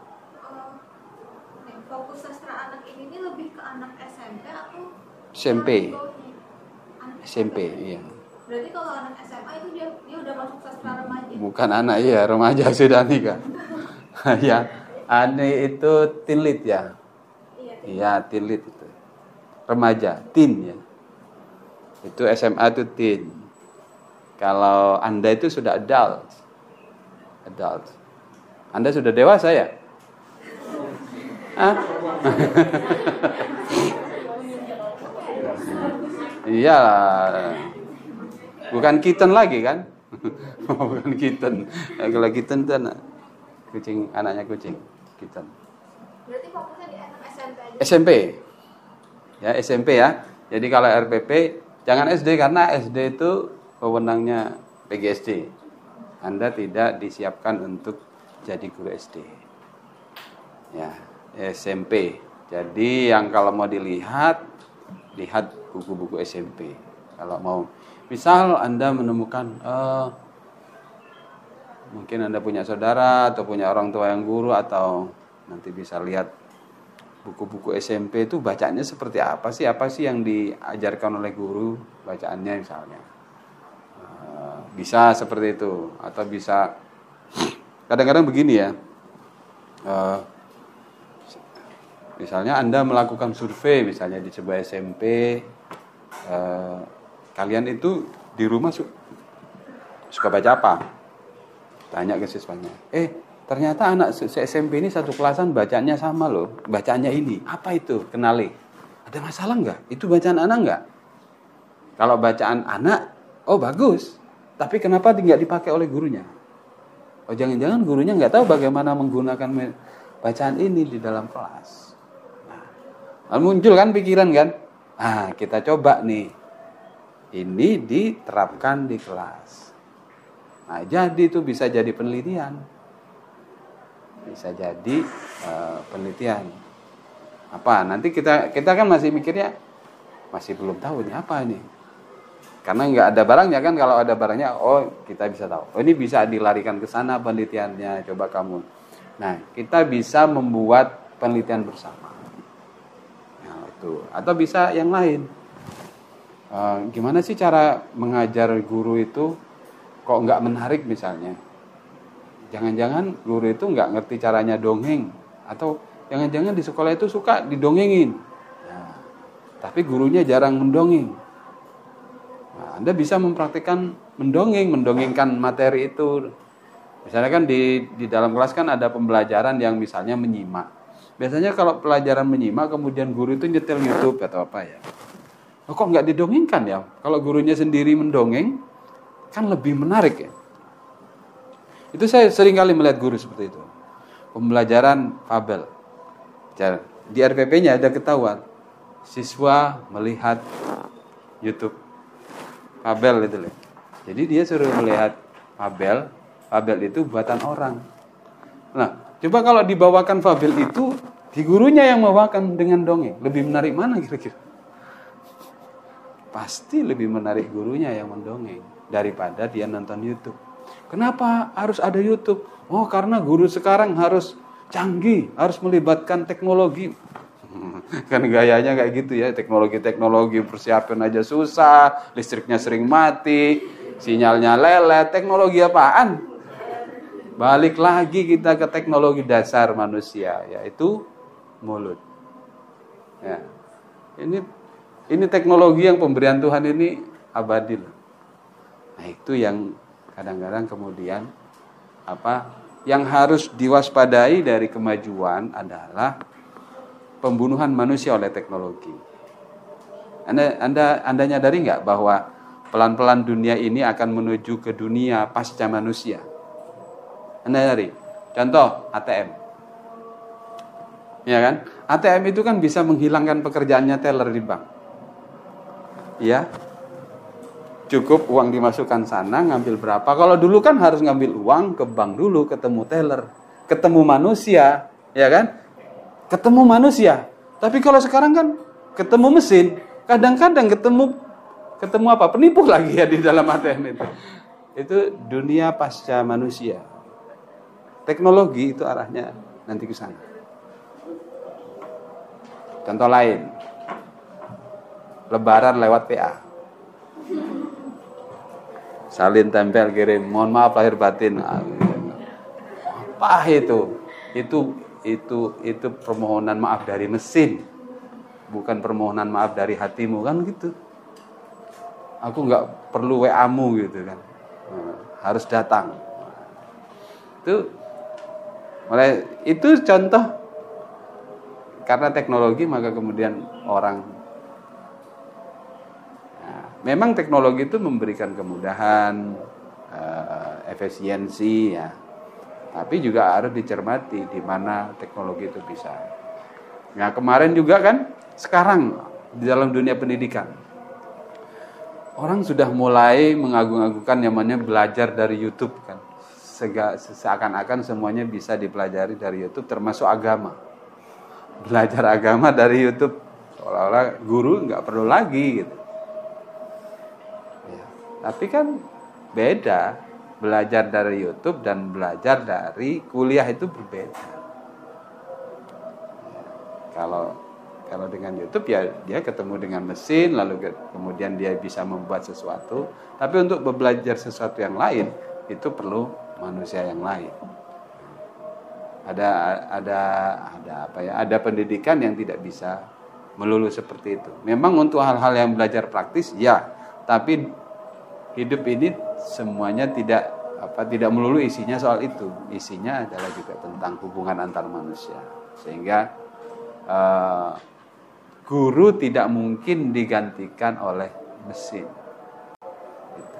Speaker 2: Fokus sastra anak ini lebih ke anak SMP atau
Speaker 3: SMP. SMP, iya.
Speaker 2: Berarti kalau anak SMA itu dia udah masuk sastra remaja.
Speaker 3: Bukan anak, iya, remaja sudah nikah. Ya, Ani itu teen lit ya. Iya, teen lit itu. Remaja, teen ya. Itu SMA itu teen. Kalau Anda itu sudah adult. Anda sudah dewasa ya? Iya, bukan kitten lagi kan? Bukan kitten. Kalau kitten itu anak kucing, anaknya kucing, kitten.
Speaker 2: Berarti fokusnya di anak SMP aja.
Speaker 3: SMP, ya SMP ya. Jadi kalau RPP jangan SD karena SD itu wewenangnya PGSD. Anda tidak disiapkan untuk jadi guru SD. Ya, SMP. Jadi yang kalau mau lihat buku-buku SMP. Kalau mau, misal Anda menemukan, mungkin Anda punya saudara atau punya orang tua yang guru atau nanti bisa lihat buku-buku SMP itu bacaannya seperti apa sih yang diajarkan oleh guru bacaannya misalnya. Bisa seperti itu atau bisa kadang-kadang begini ya. Misalnya Anda melakukan survei misalnya di sebuah SMP, kalian itu di rumah suka baca apa? Tanya ke siswanya. Ternyata anak SMP ini satu kelasan bacanya sama loh, bacanya ini. Apa itu? Kenali. Ada masalah nggak? Itu bacaan anak nggak? Kalau bacaan anak, oh bagus. Tapi kenapa tidak dipakai oleh gurunya? Oh jangan-jangan gurunya nggak tahu bagaimana menggunakan bacaan ini di dalam kelas. Nah, Muncul kan pikiran kan? Nah, kita coba nih. Ini diterapkan di kelas. Nah, jadi itu bisa jadi penelitian. Bisa jadi penelitian. Apa? Nanti kita kan masih mikirnya masih belum tahu ini apa ini. Karena nggak ada barangnya kan. Kalau ada barangnya, oh kita bisa tahu. Oh, ini bisa dilarikan ke sana penelitiannya. Coba kamu. Nah, kita bisa membuat penelitian bersama. Nah, itu. Atau bisa yang lain. Gimana sih cara mengajar guru itu kok nggak menarik misalnya? Jangan-jangan guru itu nggak ngerti caranya dongeng. Atau jangan-jangan di sekolah itu suka didongengin. Nah, tapi gurunya jarang mendongeng. Nah, Anda bisa mempraktikkan mendongengkan materi itu. Misalnya kan di dalam kelas kan ada pembelajaran yang misalnya menyimak. Biasanya kalau pelajaran menyimak kemudian guru itu nyetel YouTube atau apa ya. Kok nggak didongengkan ya? Kalau gurunya sendiri mendongeng kan lebih menarik ya. Itu saya sering kali melihat guru seperti itu. Pembelajaran fabel. Di RPP-nya ada ketahuan. Siswa melihat YouTube. Fabel itu loh. Jadi dia suruh melihat fabel. Fabel itu buatan orang. Nah, coba kalau dibawakan fabel itu, di gurunya yang membawakan dengan dongeng. Lebih menarik mana kira-kira? Pasti lebih menarik gurunya yang mendongeng daripada dia nonton YouTube. Kenapa harus ada YouTube? Oh, karena guru sekarang harus canggih, harus melibatkan teknologi. Kan gayanya kayak gitu ya, teknologi persiapan aja susah, listriknya sering mati, sinyalnya lelet, teknologi apaan? Balik lagi kita ke teknologi dasar manusia, yaitu mulut. Ya. Ini teknologi yang pemberian Tuhan ini abadi. Nah, itu yang kadang-kadang kemudian yang harus diwaspadai dari kemajuan adalah pembunuhan manusia oleh teknologi. Anda nyadari nggak bahwa pelan-pelan dunia ini akan menuju ke dunia pasca manusia? Anda nyadari? Contoh ATM. Ya kan? ATM itu kan bisa menghilangkan pekerjaannya teller di bank. Ya, cukup uang dimasukkan sana, ngambil berapa. Kalau dulu kan harus ngambil uang ke bank dulu, ketemu teller, ketemu manusia, ya kan? Ketemu manusia. Tapi kalau sekarang kan ketemu mesin, kadang-kadang ketemu apa? Penipu lagi ya di dalam ATM itu. Itu dunia pasca manusia. Teknologi itu arahnya nanti ke sana. Contoh lain. Lebaran lewat PA. Salin tempel kirim, mohon maaf lahir batin. Apa itu? Itu permohonan maaf dari mesin, bukan permohonan maaf dari hatimu kan gitu. Aku nggak perlu WA-mu gitu kan, harus datang. Itu contoh karena teknologi maka kemudian orang. Memang teknologi itu memberikan kemudahan, efisiensi ya. Tapi juga harus dicermati di mana teknologi itu bisa. Nah, kemarin juga kan sekarang di dalam dunia pendidikan orang sudah mulai mengagung-agungkan namanya belajar dari YouTube kan. Seakan-akan semuanya bisa dipelajari dari YouTube termasuk agama. Belajar agama dari YouTube seolah-olah guru nggak perlu lagi gitu. Tapi kan beda, belajar dari YouTube dan belajar dari kuliah itu berbeda. Kalau dengan YouTube ya dia ketemu dengan mesin, lalu kemudian dia bisa membuat sesuatu. Tapi untuk belajar sesuatu yang lain itu perlu manusia yang lain. Ada pendidikan yang tidak bisa melulu seperti itu. Memang untuk hal-hal yang belajar praktis ya, tapi hidup ini semuanya tidak melulu isinya soal itu. Isinya adalah juga tentang hubungan antar manusia. Sehingga guru tidak mungkin digantikan oleh mesin. Gitu.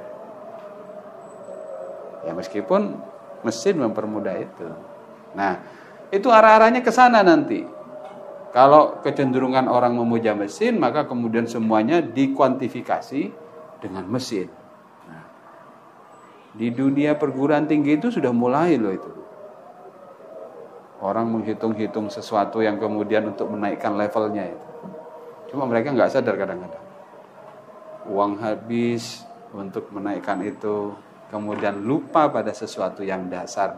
Speaker 3: Ya meskipun mesin mempermudah itu. Nah, itu arah-arahnya ke sana nanti. Kalau kecenderungan orang memuja mesin, maka kemudian semuanya dikuantifikasi dengan mesin. Nah, di dunia perguruan tinggi itu sudah mulai loh itu. Orang menghitung-hitung sesuatu yang kemudian untuk menaikkan levelnya itu. Cuma mereka nggak sadar kadang-kadang. Uang habis untuk menaikkan itu, kemudian lupa pada sesuatu yang dasar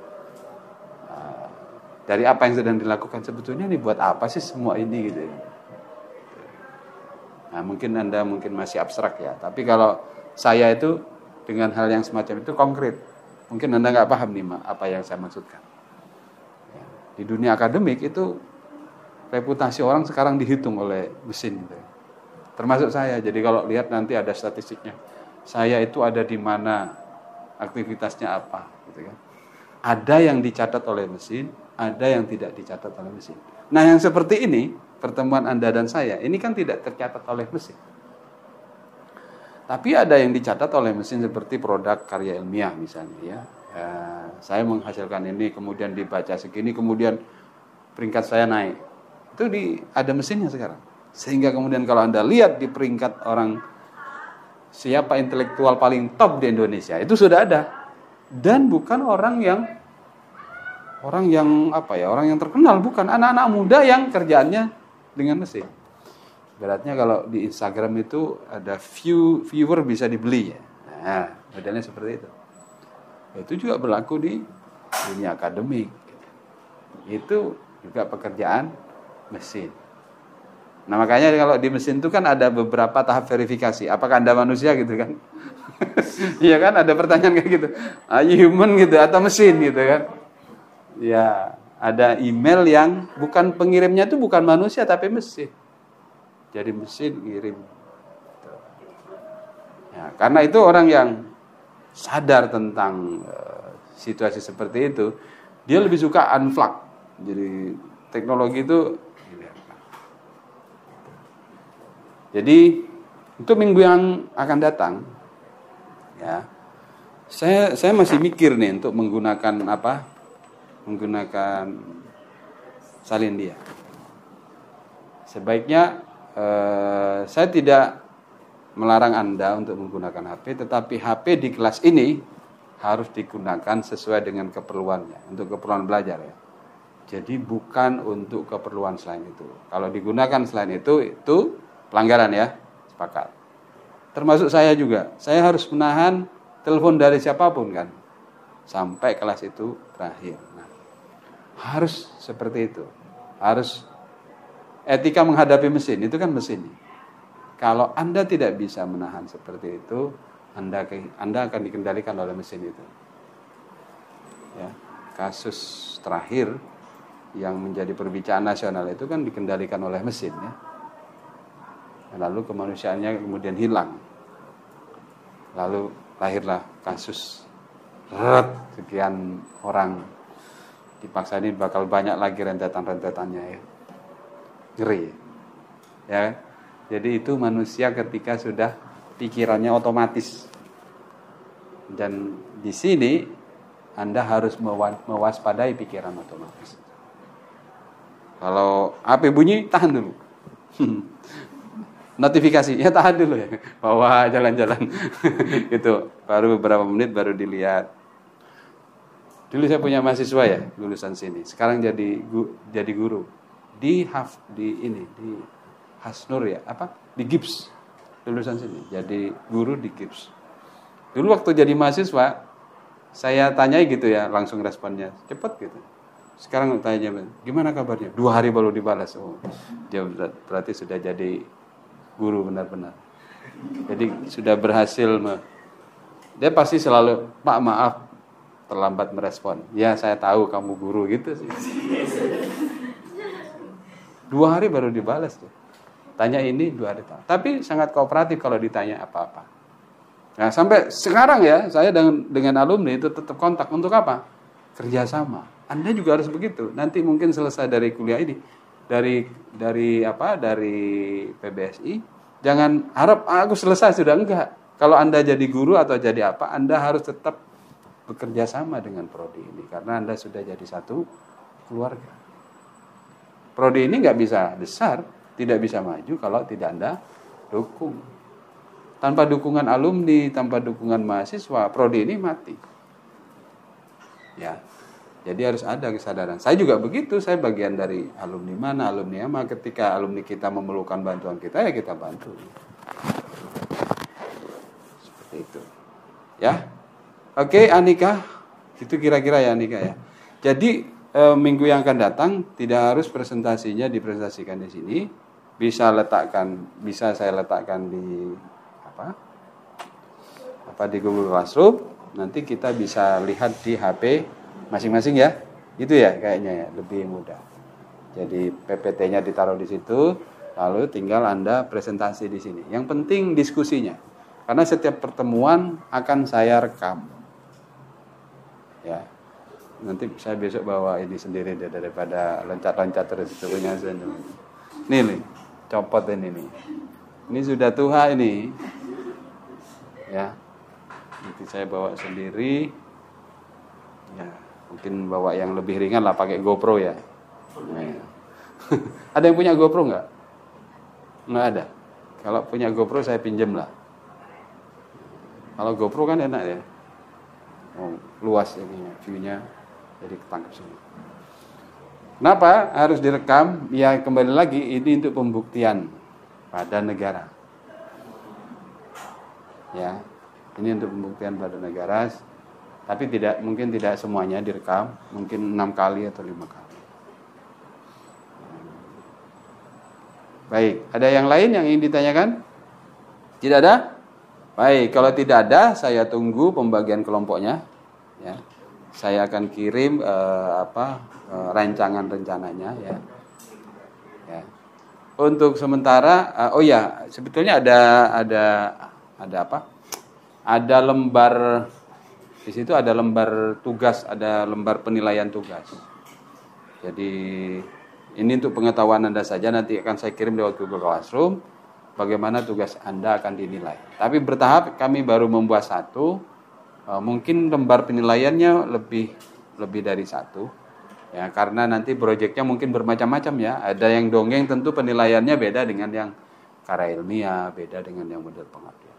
Speaker 3: dari apa yang sedang dilakukan. Sebetulnya ini buat apa sih semua ini gitu. Nah, mungkin Anda masih abstrak ya. Tapi kalau saya itu dengan hal yang semacam itu konkret. Mungkin Anda nggak paham nih apa yang saya maksudkan. Di dunia akademik itu reputasi orang sekarang dihitung oleh mesin gitu. Termasuk saya. Jadi kalau lihat nanti ada statistiknya. Saya itu ada di mana, aktivitasnya apa gitu kan. Ada yang dicatat oleh mesin, ada yang tidak dicatat oleh mesin. Nah, yang seperti ini, pertemuan Anda dan saya, ini kan tidak tercatat oleh mesin. Tapi ada yang dicatat oleh mesin seperti produk karya ilmiah misalnya ya. Saya menghasilkan ini, kemudian dibaca segini, kemudian peringkat saya naik. Itu ada mesinnya sekarang. Sehingga kemudian kalau Anda lihat di peringkat orang siapa intelektual paling top di Indonesia, itu sudah ada. Dan bukan orang yang terkenal, bukan anak-anak muda yang kerjaannya dengan mesin. Beratnya kalau di Instagram itu ada viewer bisa dibeli ya. Nah, modelnya seperti itu. Itu juga berlaku di dunia akademik. Itu juga pekerjaan mesin. Nah, makanya kalau di mesin itu kan ada beberapa tahap verifikasi. Apakah Anda manusia gitu kan? Iya kan, ada pertanyaan kayak gitu. Are you human gitu atau mesin gitu kan? Ya, ada email yang bukan pengirimnya itu bukan manusia tapi mesin. Jadi mesin ngirim. Ya, karena itu orang yang sadar tentang situasi seperti itu, dia lebih suka unplug. Jadi teknologi itu. Jadi untuk minggu yang akan datang, ya, saya masih mikir nih untuk menggunakan salin dia. Sebaiknya saya tidak melarang Anda untuk menggunakan HP, tetapi HP di kelas ini harus digunakan sesuai dengan keperluannya, untuk keperluan belajar ya. Jadi bukan untuk keperluan selain itu. Kalau digunakan selain itu pelanggaran ya, sepakat. Termasuk saya juga, saya harus menahan telepon dari siapapun kan, sampai kelas itu berakhir. Nah, harus seperti itu, harus etika menghadapi mesin, itu kan mesin. Kalau Anda tidak bisa menahan seperti itu, Anda akan dikendalikan oleh mesin itu. Ya, kasus terakhir yang menjadi perbincangan nasional itu kan dikendalikan oleh mesin ya. Lalu kemanusiaannya kemudian hilang. Lalu lahirlah kasus sekian orang dipaksa, ini bakal banyak lagi rentetan-rentetannya ya. Ngeri. Ya. Jadi itu manusia ketika sudah pikirannya otomatis. Dan di sini Anda harus mewaspadai pikiran otomatis. Kalau HP bunyi, tahan dulu. Notifikasi, ya tahan dulu ya. Bawa jalan-jalan. Gitu. Baru beberapa menit baru dilihat. Dulu saya punya mahasiswa ya, lulusan sini. Sekarang jadi guru di Hasnur ya, di GIPS, lulusan sini. Jadi guru di GIPS. Dulu waktu jadi mahasiswa, saya tanyai gitu ya, langsung responnya cepat gitu. Sekarang tanya, gimana kabarnya? 2 hari baru dibalas. Oh, dia berarti sudah jadi guru benar-benar. Jadi sudah berhasil. Dia pasti selalu, Pak maaf terlambat merespon. Ya saya tahu kamu guru gitu sih. 2 hari baru dibalas tuh. Tanya ini 2 hari. Tapi sangat kooperatif kalau ditanya apa-apa. Nah sampai sekarang ya saya dengan alumni itu tetap kontak untuk apa? Kerjasama. Anda juga harus begitu. Nanti mungkin selesai dari kuliah ini, dari PBSI, jangan harap aku selesai sudah, enggak. Kalau Anda jadi guru atau jadi apa, Anda harus tetap bekerja sama dengan prodi ini karena Anda sudah jadi satu keluarga. Prodi ini nggak bisa besar, tidak bisa maju kalau tidak Anda dukung. Tanpa dukungan alumni, tanpa dukungan mahasiswa, prodi ini mati. Ya, jadi harus ada kesadaran. Saya juga begitu, saya bagian dari alumni mana, alumni apa. Ketika alumni kita memerlukan bantuan kita, ya kita bantu. Seperti itu. Ya, oke Anika, itu kira-kira ya Anika ya. Jadi minggu yang akan datang tidak harus presentasinya dipresentasikan di sini, bisa saya letakkan di di Google Classroom. Nanti kita bisa lihat di HP masing-masing ya, itu ya kayaknya ya lebih mudah. Jadi PPT-nya ditaruh di situ, lalu tinggal Anda presentasi di sini. Yang penting diskusinya, karena setiap pertemuan akan saya rekam. Ya. Nanti saya besok bawa ini sendiri daripada loncat-loncat terus itu punya saya. Nih, copot ini nih. Ini sudah tua ini. Ya. Nanti saya bawa sendiri. Ya, mungkin bawa yang lebih ringan lah pakai GoPro ya. Nah. Ada yang punya GoPro enggak? Enggak ada. Kalau punya GoPro saya pinjam lah. Kalau GoPro kan enak ya. Oh, luas ini view-nya. Jadi ketangkep semua. Kenapa harus direkam? Ya kembali lagi ini untuk pembuktian pada negara. Ya, ini untuk pembuktian pada negara. Tapi mungkin tidak semuanya direkam, mungkin 6 kali atau 5 kali. Baik, ada yang lain yang ingin ditanyakan? Tidak ada? Baik, kalau tidak ada, saya tunggu pembagian kelompoknya. Ya. Saya akan kirim rancangan rencananya ya. Ya. Untuk sementara, sebetulnya ada apa? Ada lembar di situ, ada lembar tugas, ada lembar penilaian tugas. Jadi ini untuk pengetahuan Anda saja, nanti akan saya kirim lewat Google Classroom. Bagaimana tugas Anda akan dinilai. Tapi bertahap, kami baru membuat satu. Mungkin lembar penilaiannya lebih dari satu ya, karena nanti proyeknya mungkin bermacam-macam ya. Ada yang dongeng tentu penilaiannya beda dengan yang karya ilmiah, beda dengan yang model pengabdian.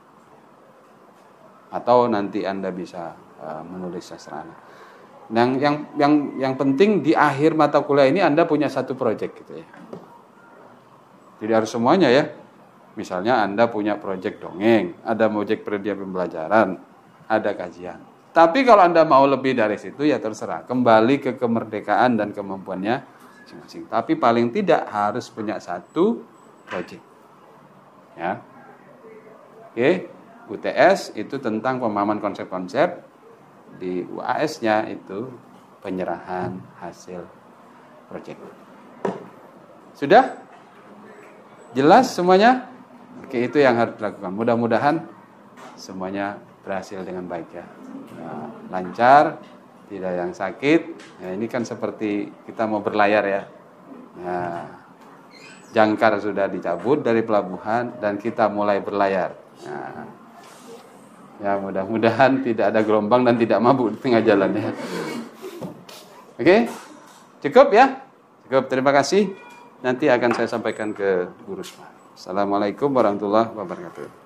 Speaker 3: Atau nanti Anda bisa menulis sastra anak. Yang penting di akhir mata kuliah ini Anda punya satu proyek gitu ya. Tidak harus semuanya ya. Misalnya Anda punya proyek dongeng, ada proyek pendidikan pembelajaran, ada kajian. Tapi kalau Anda mau lebih dari situ ya terserah. Kembali ke kemerdekaan dan kemampuannya masing-masing. Tapi paling tidak harus punya satu proyek. Ya. Oke, UTS itu tentang pemahaman konsep-konsep. Di UAS-nya itu penyerahan hasil proyek. Sudah? Jelas semuanya? Oke, itu yang harus dilakukan. Mudah-mudahan semuanya berhasil dengan baik ya. Nah, lancar, tidak yang sakit. Nah, ini kan seperti kita mau berlayar ya. Nah, jangkar sudah dicabut dari pelabuhan dan kita mulai berlayar. Nah, ya mudah-mudahan tidak ada gelombang dan tidak mabuk di tengah jalan ya. Oke, cukup ya. Cukup, terima kasih. Nanti akan saya sampaikan ke Bu Rusma. Assalamualaikum warahmatullahi wabarakatuh.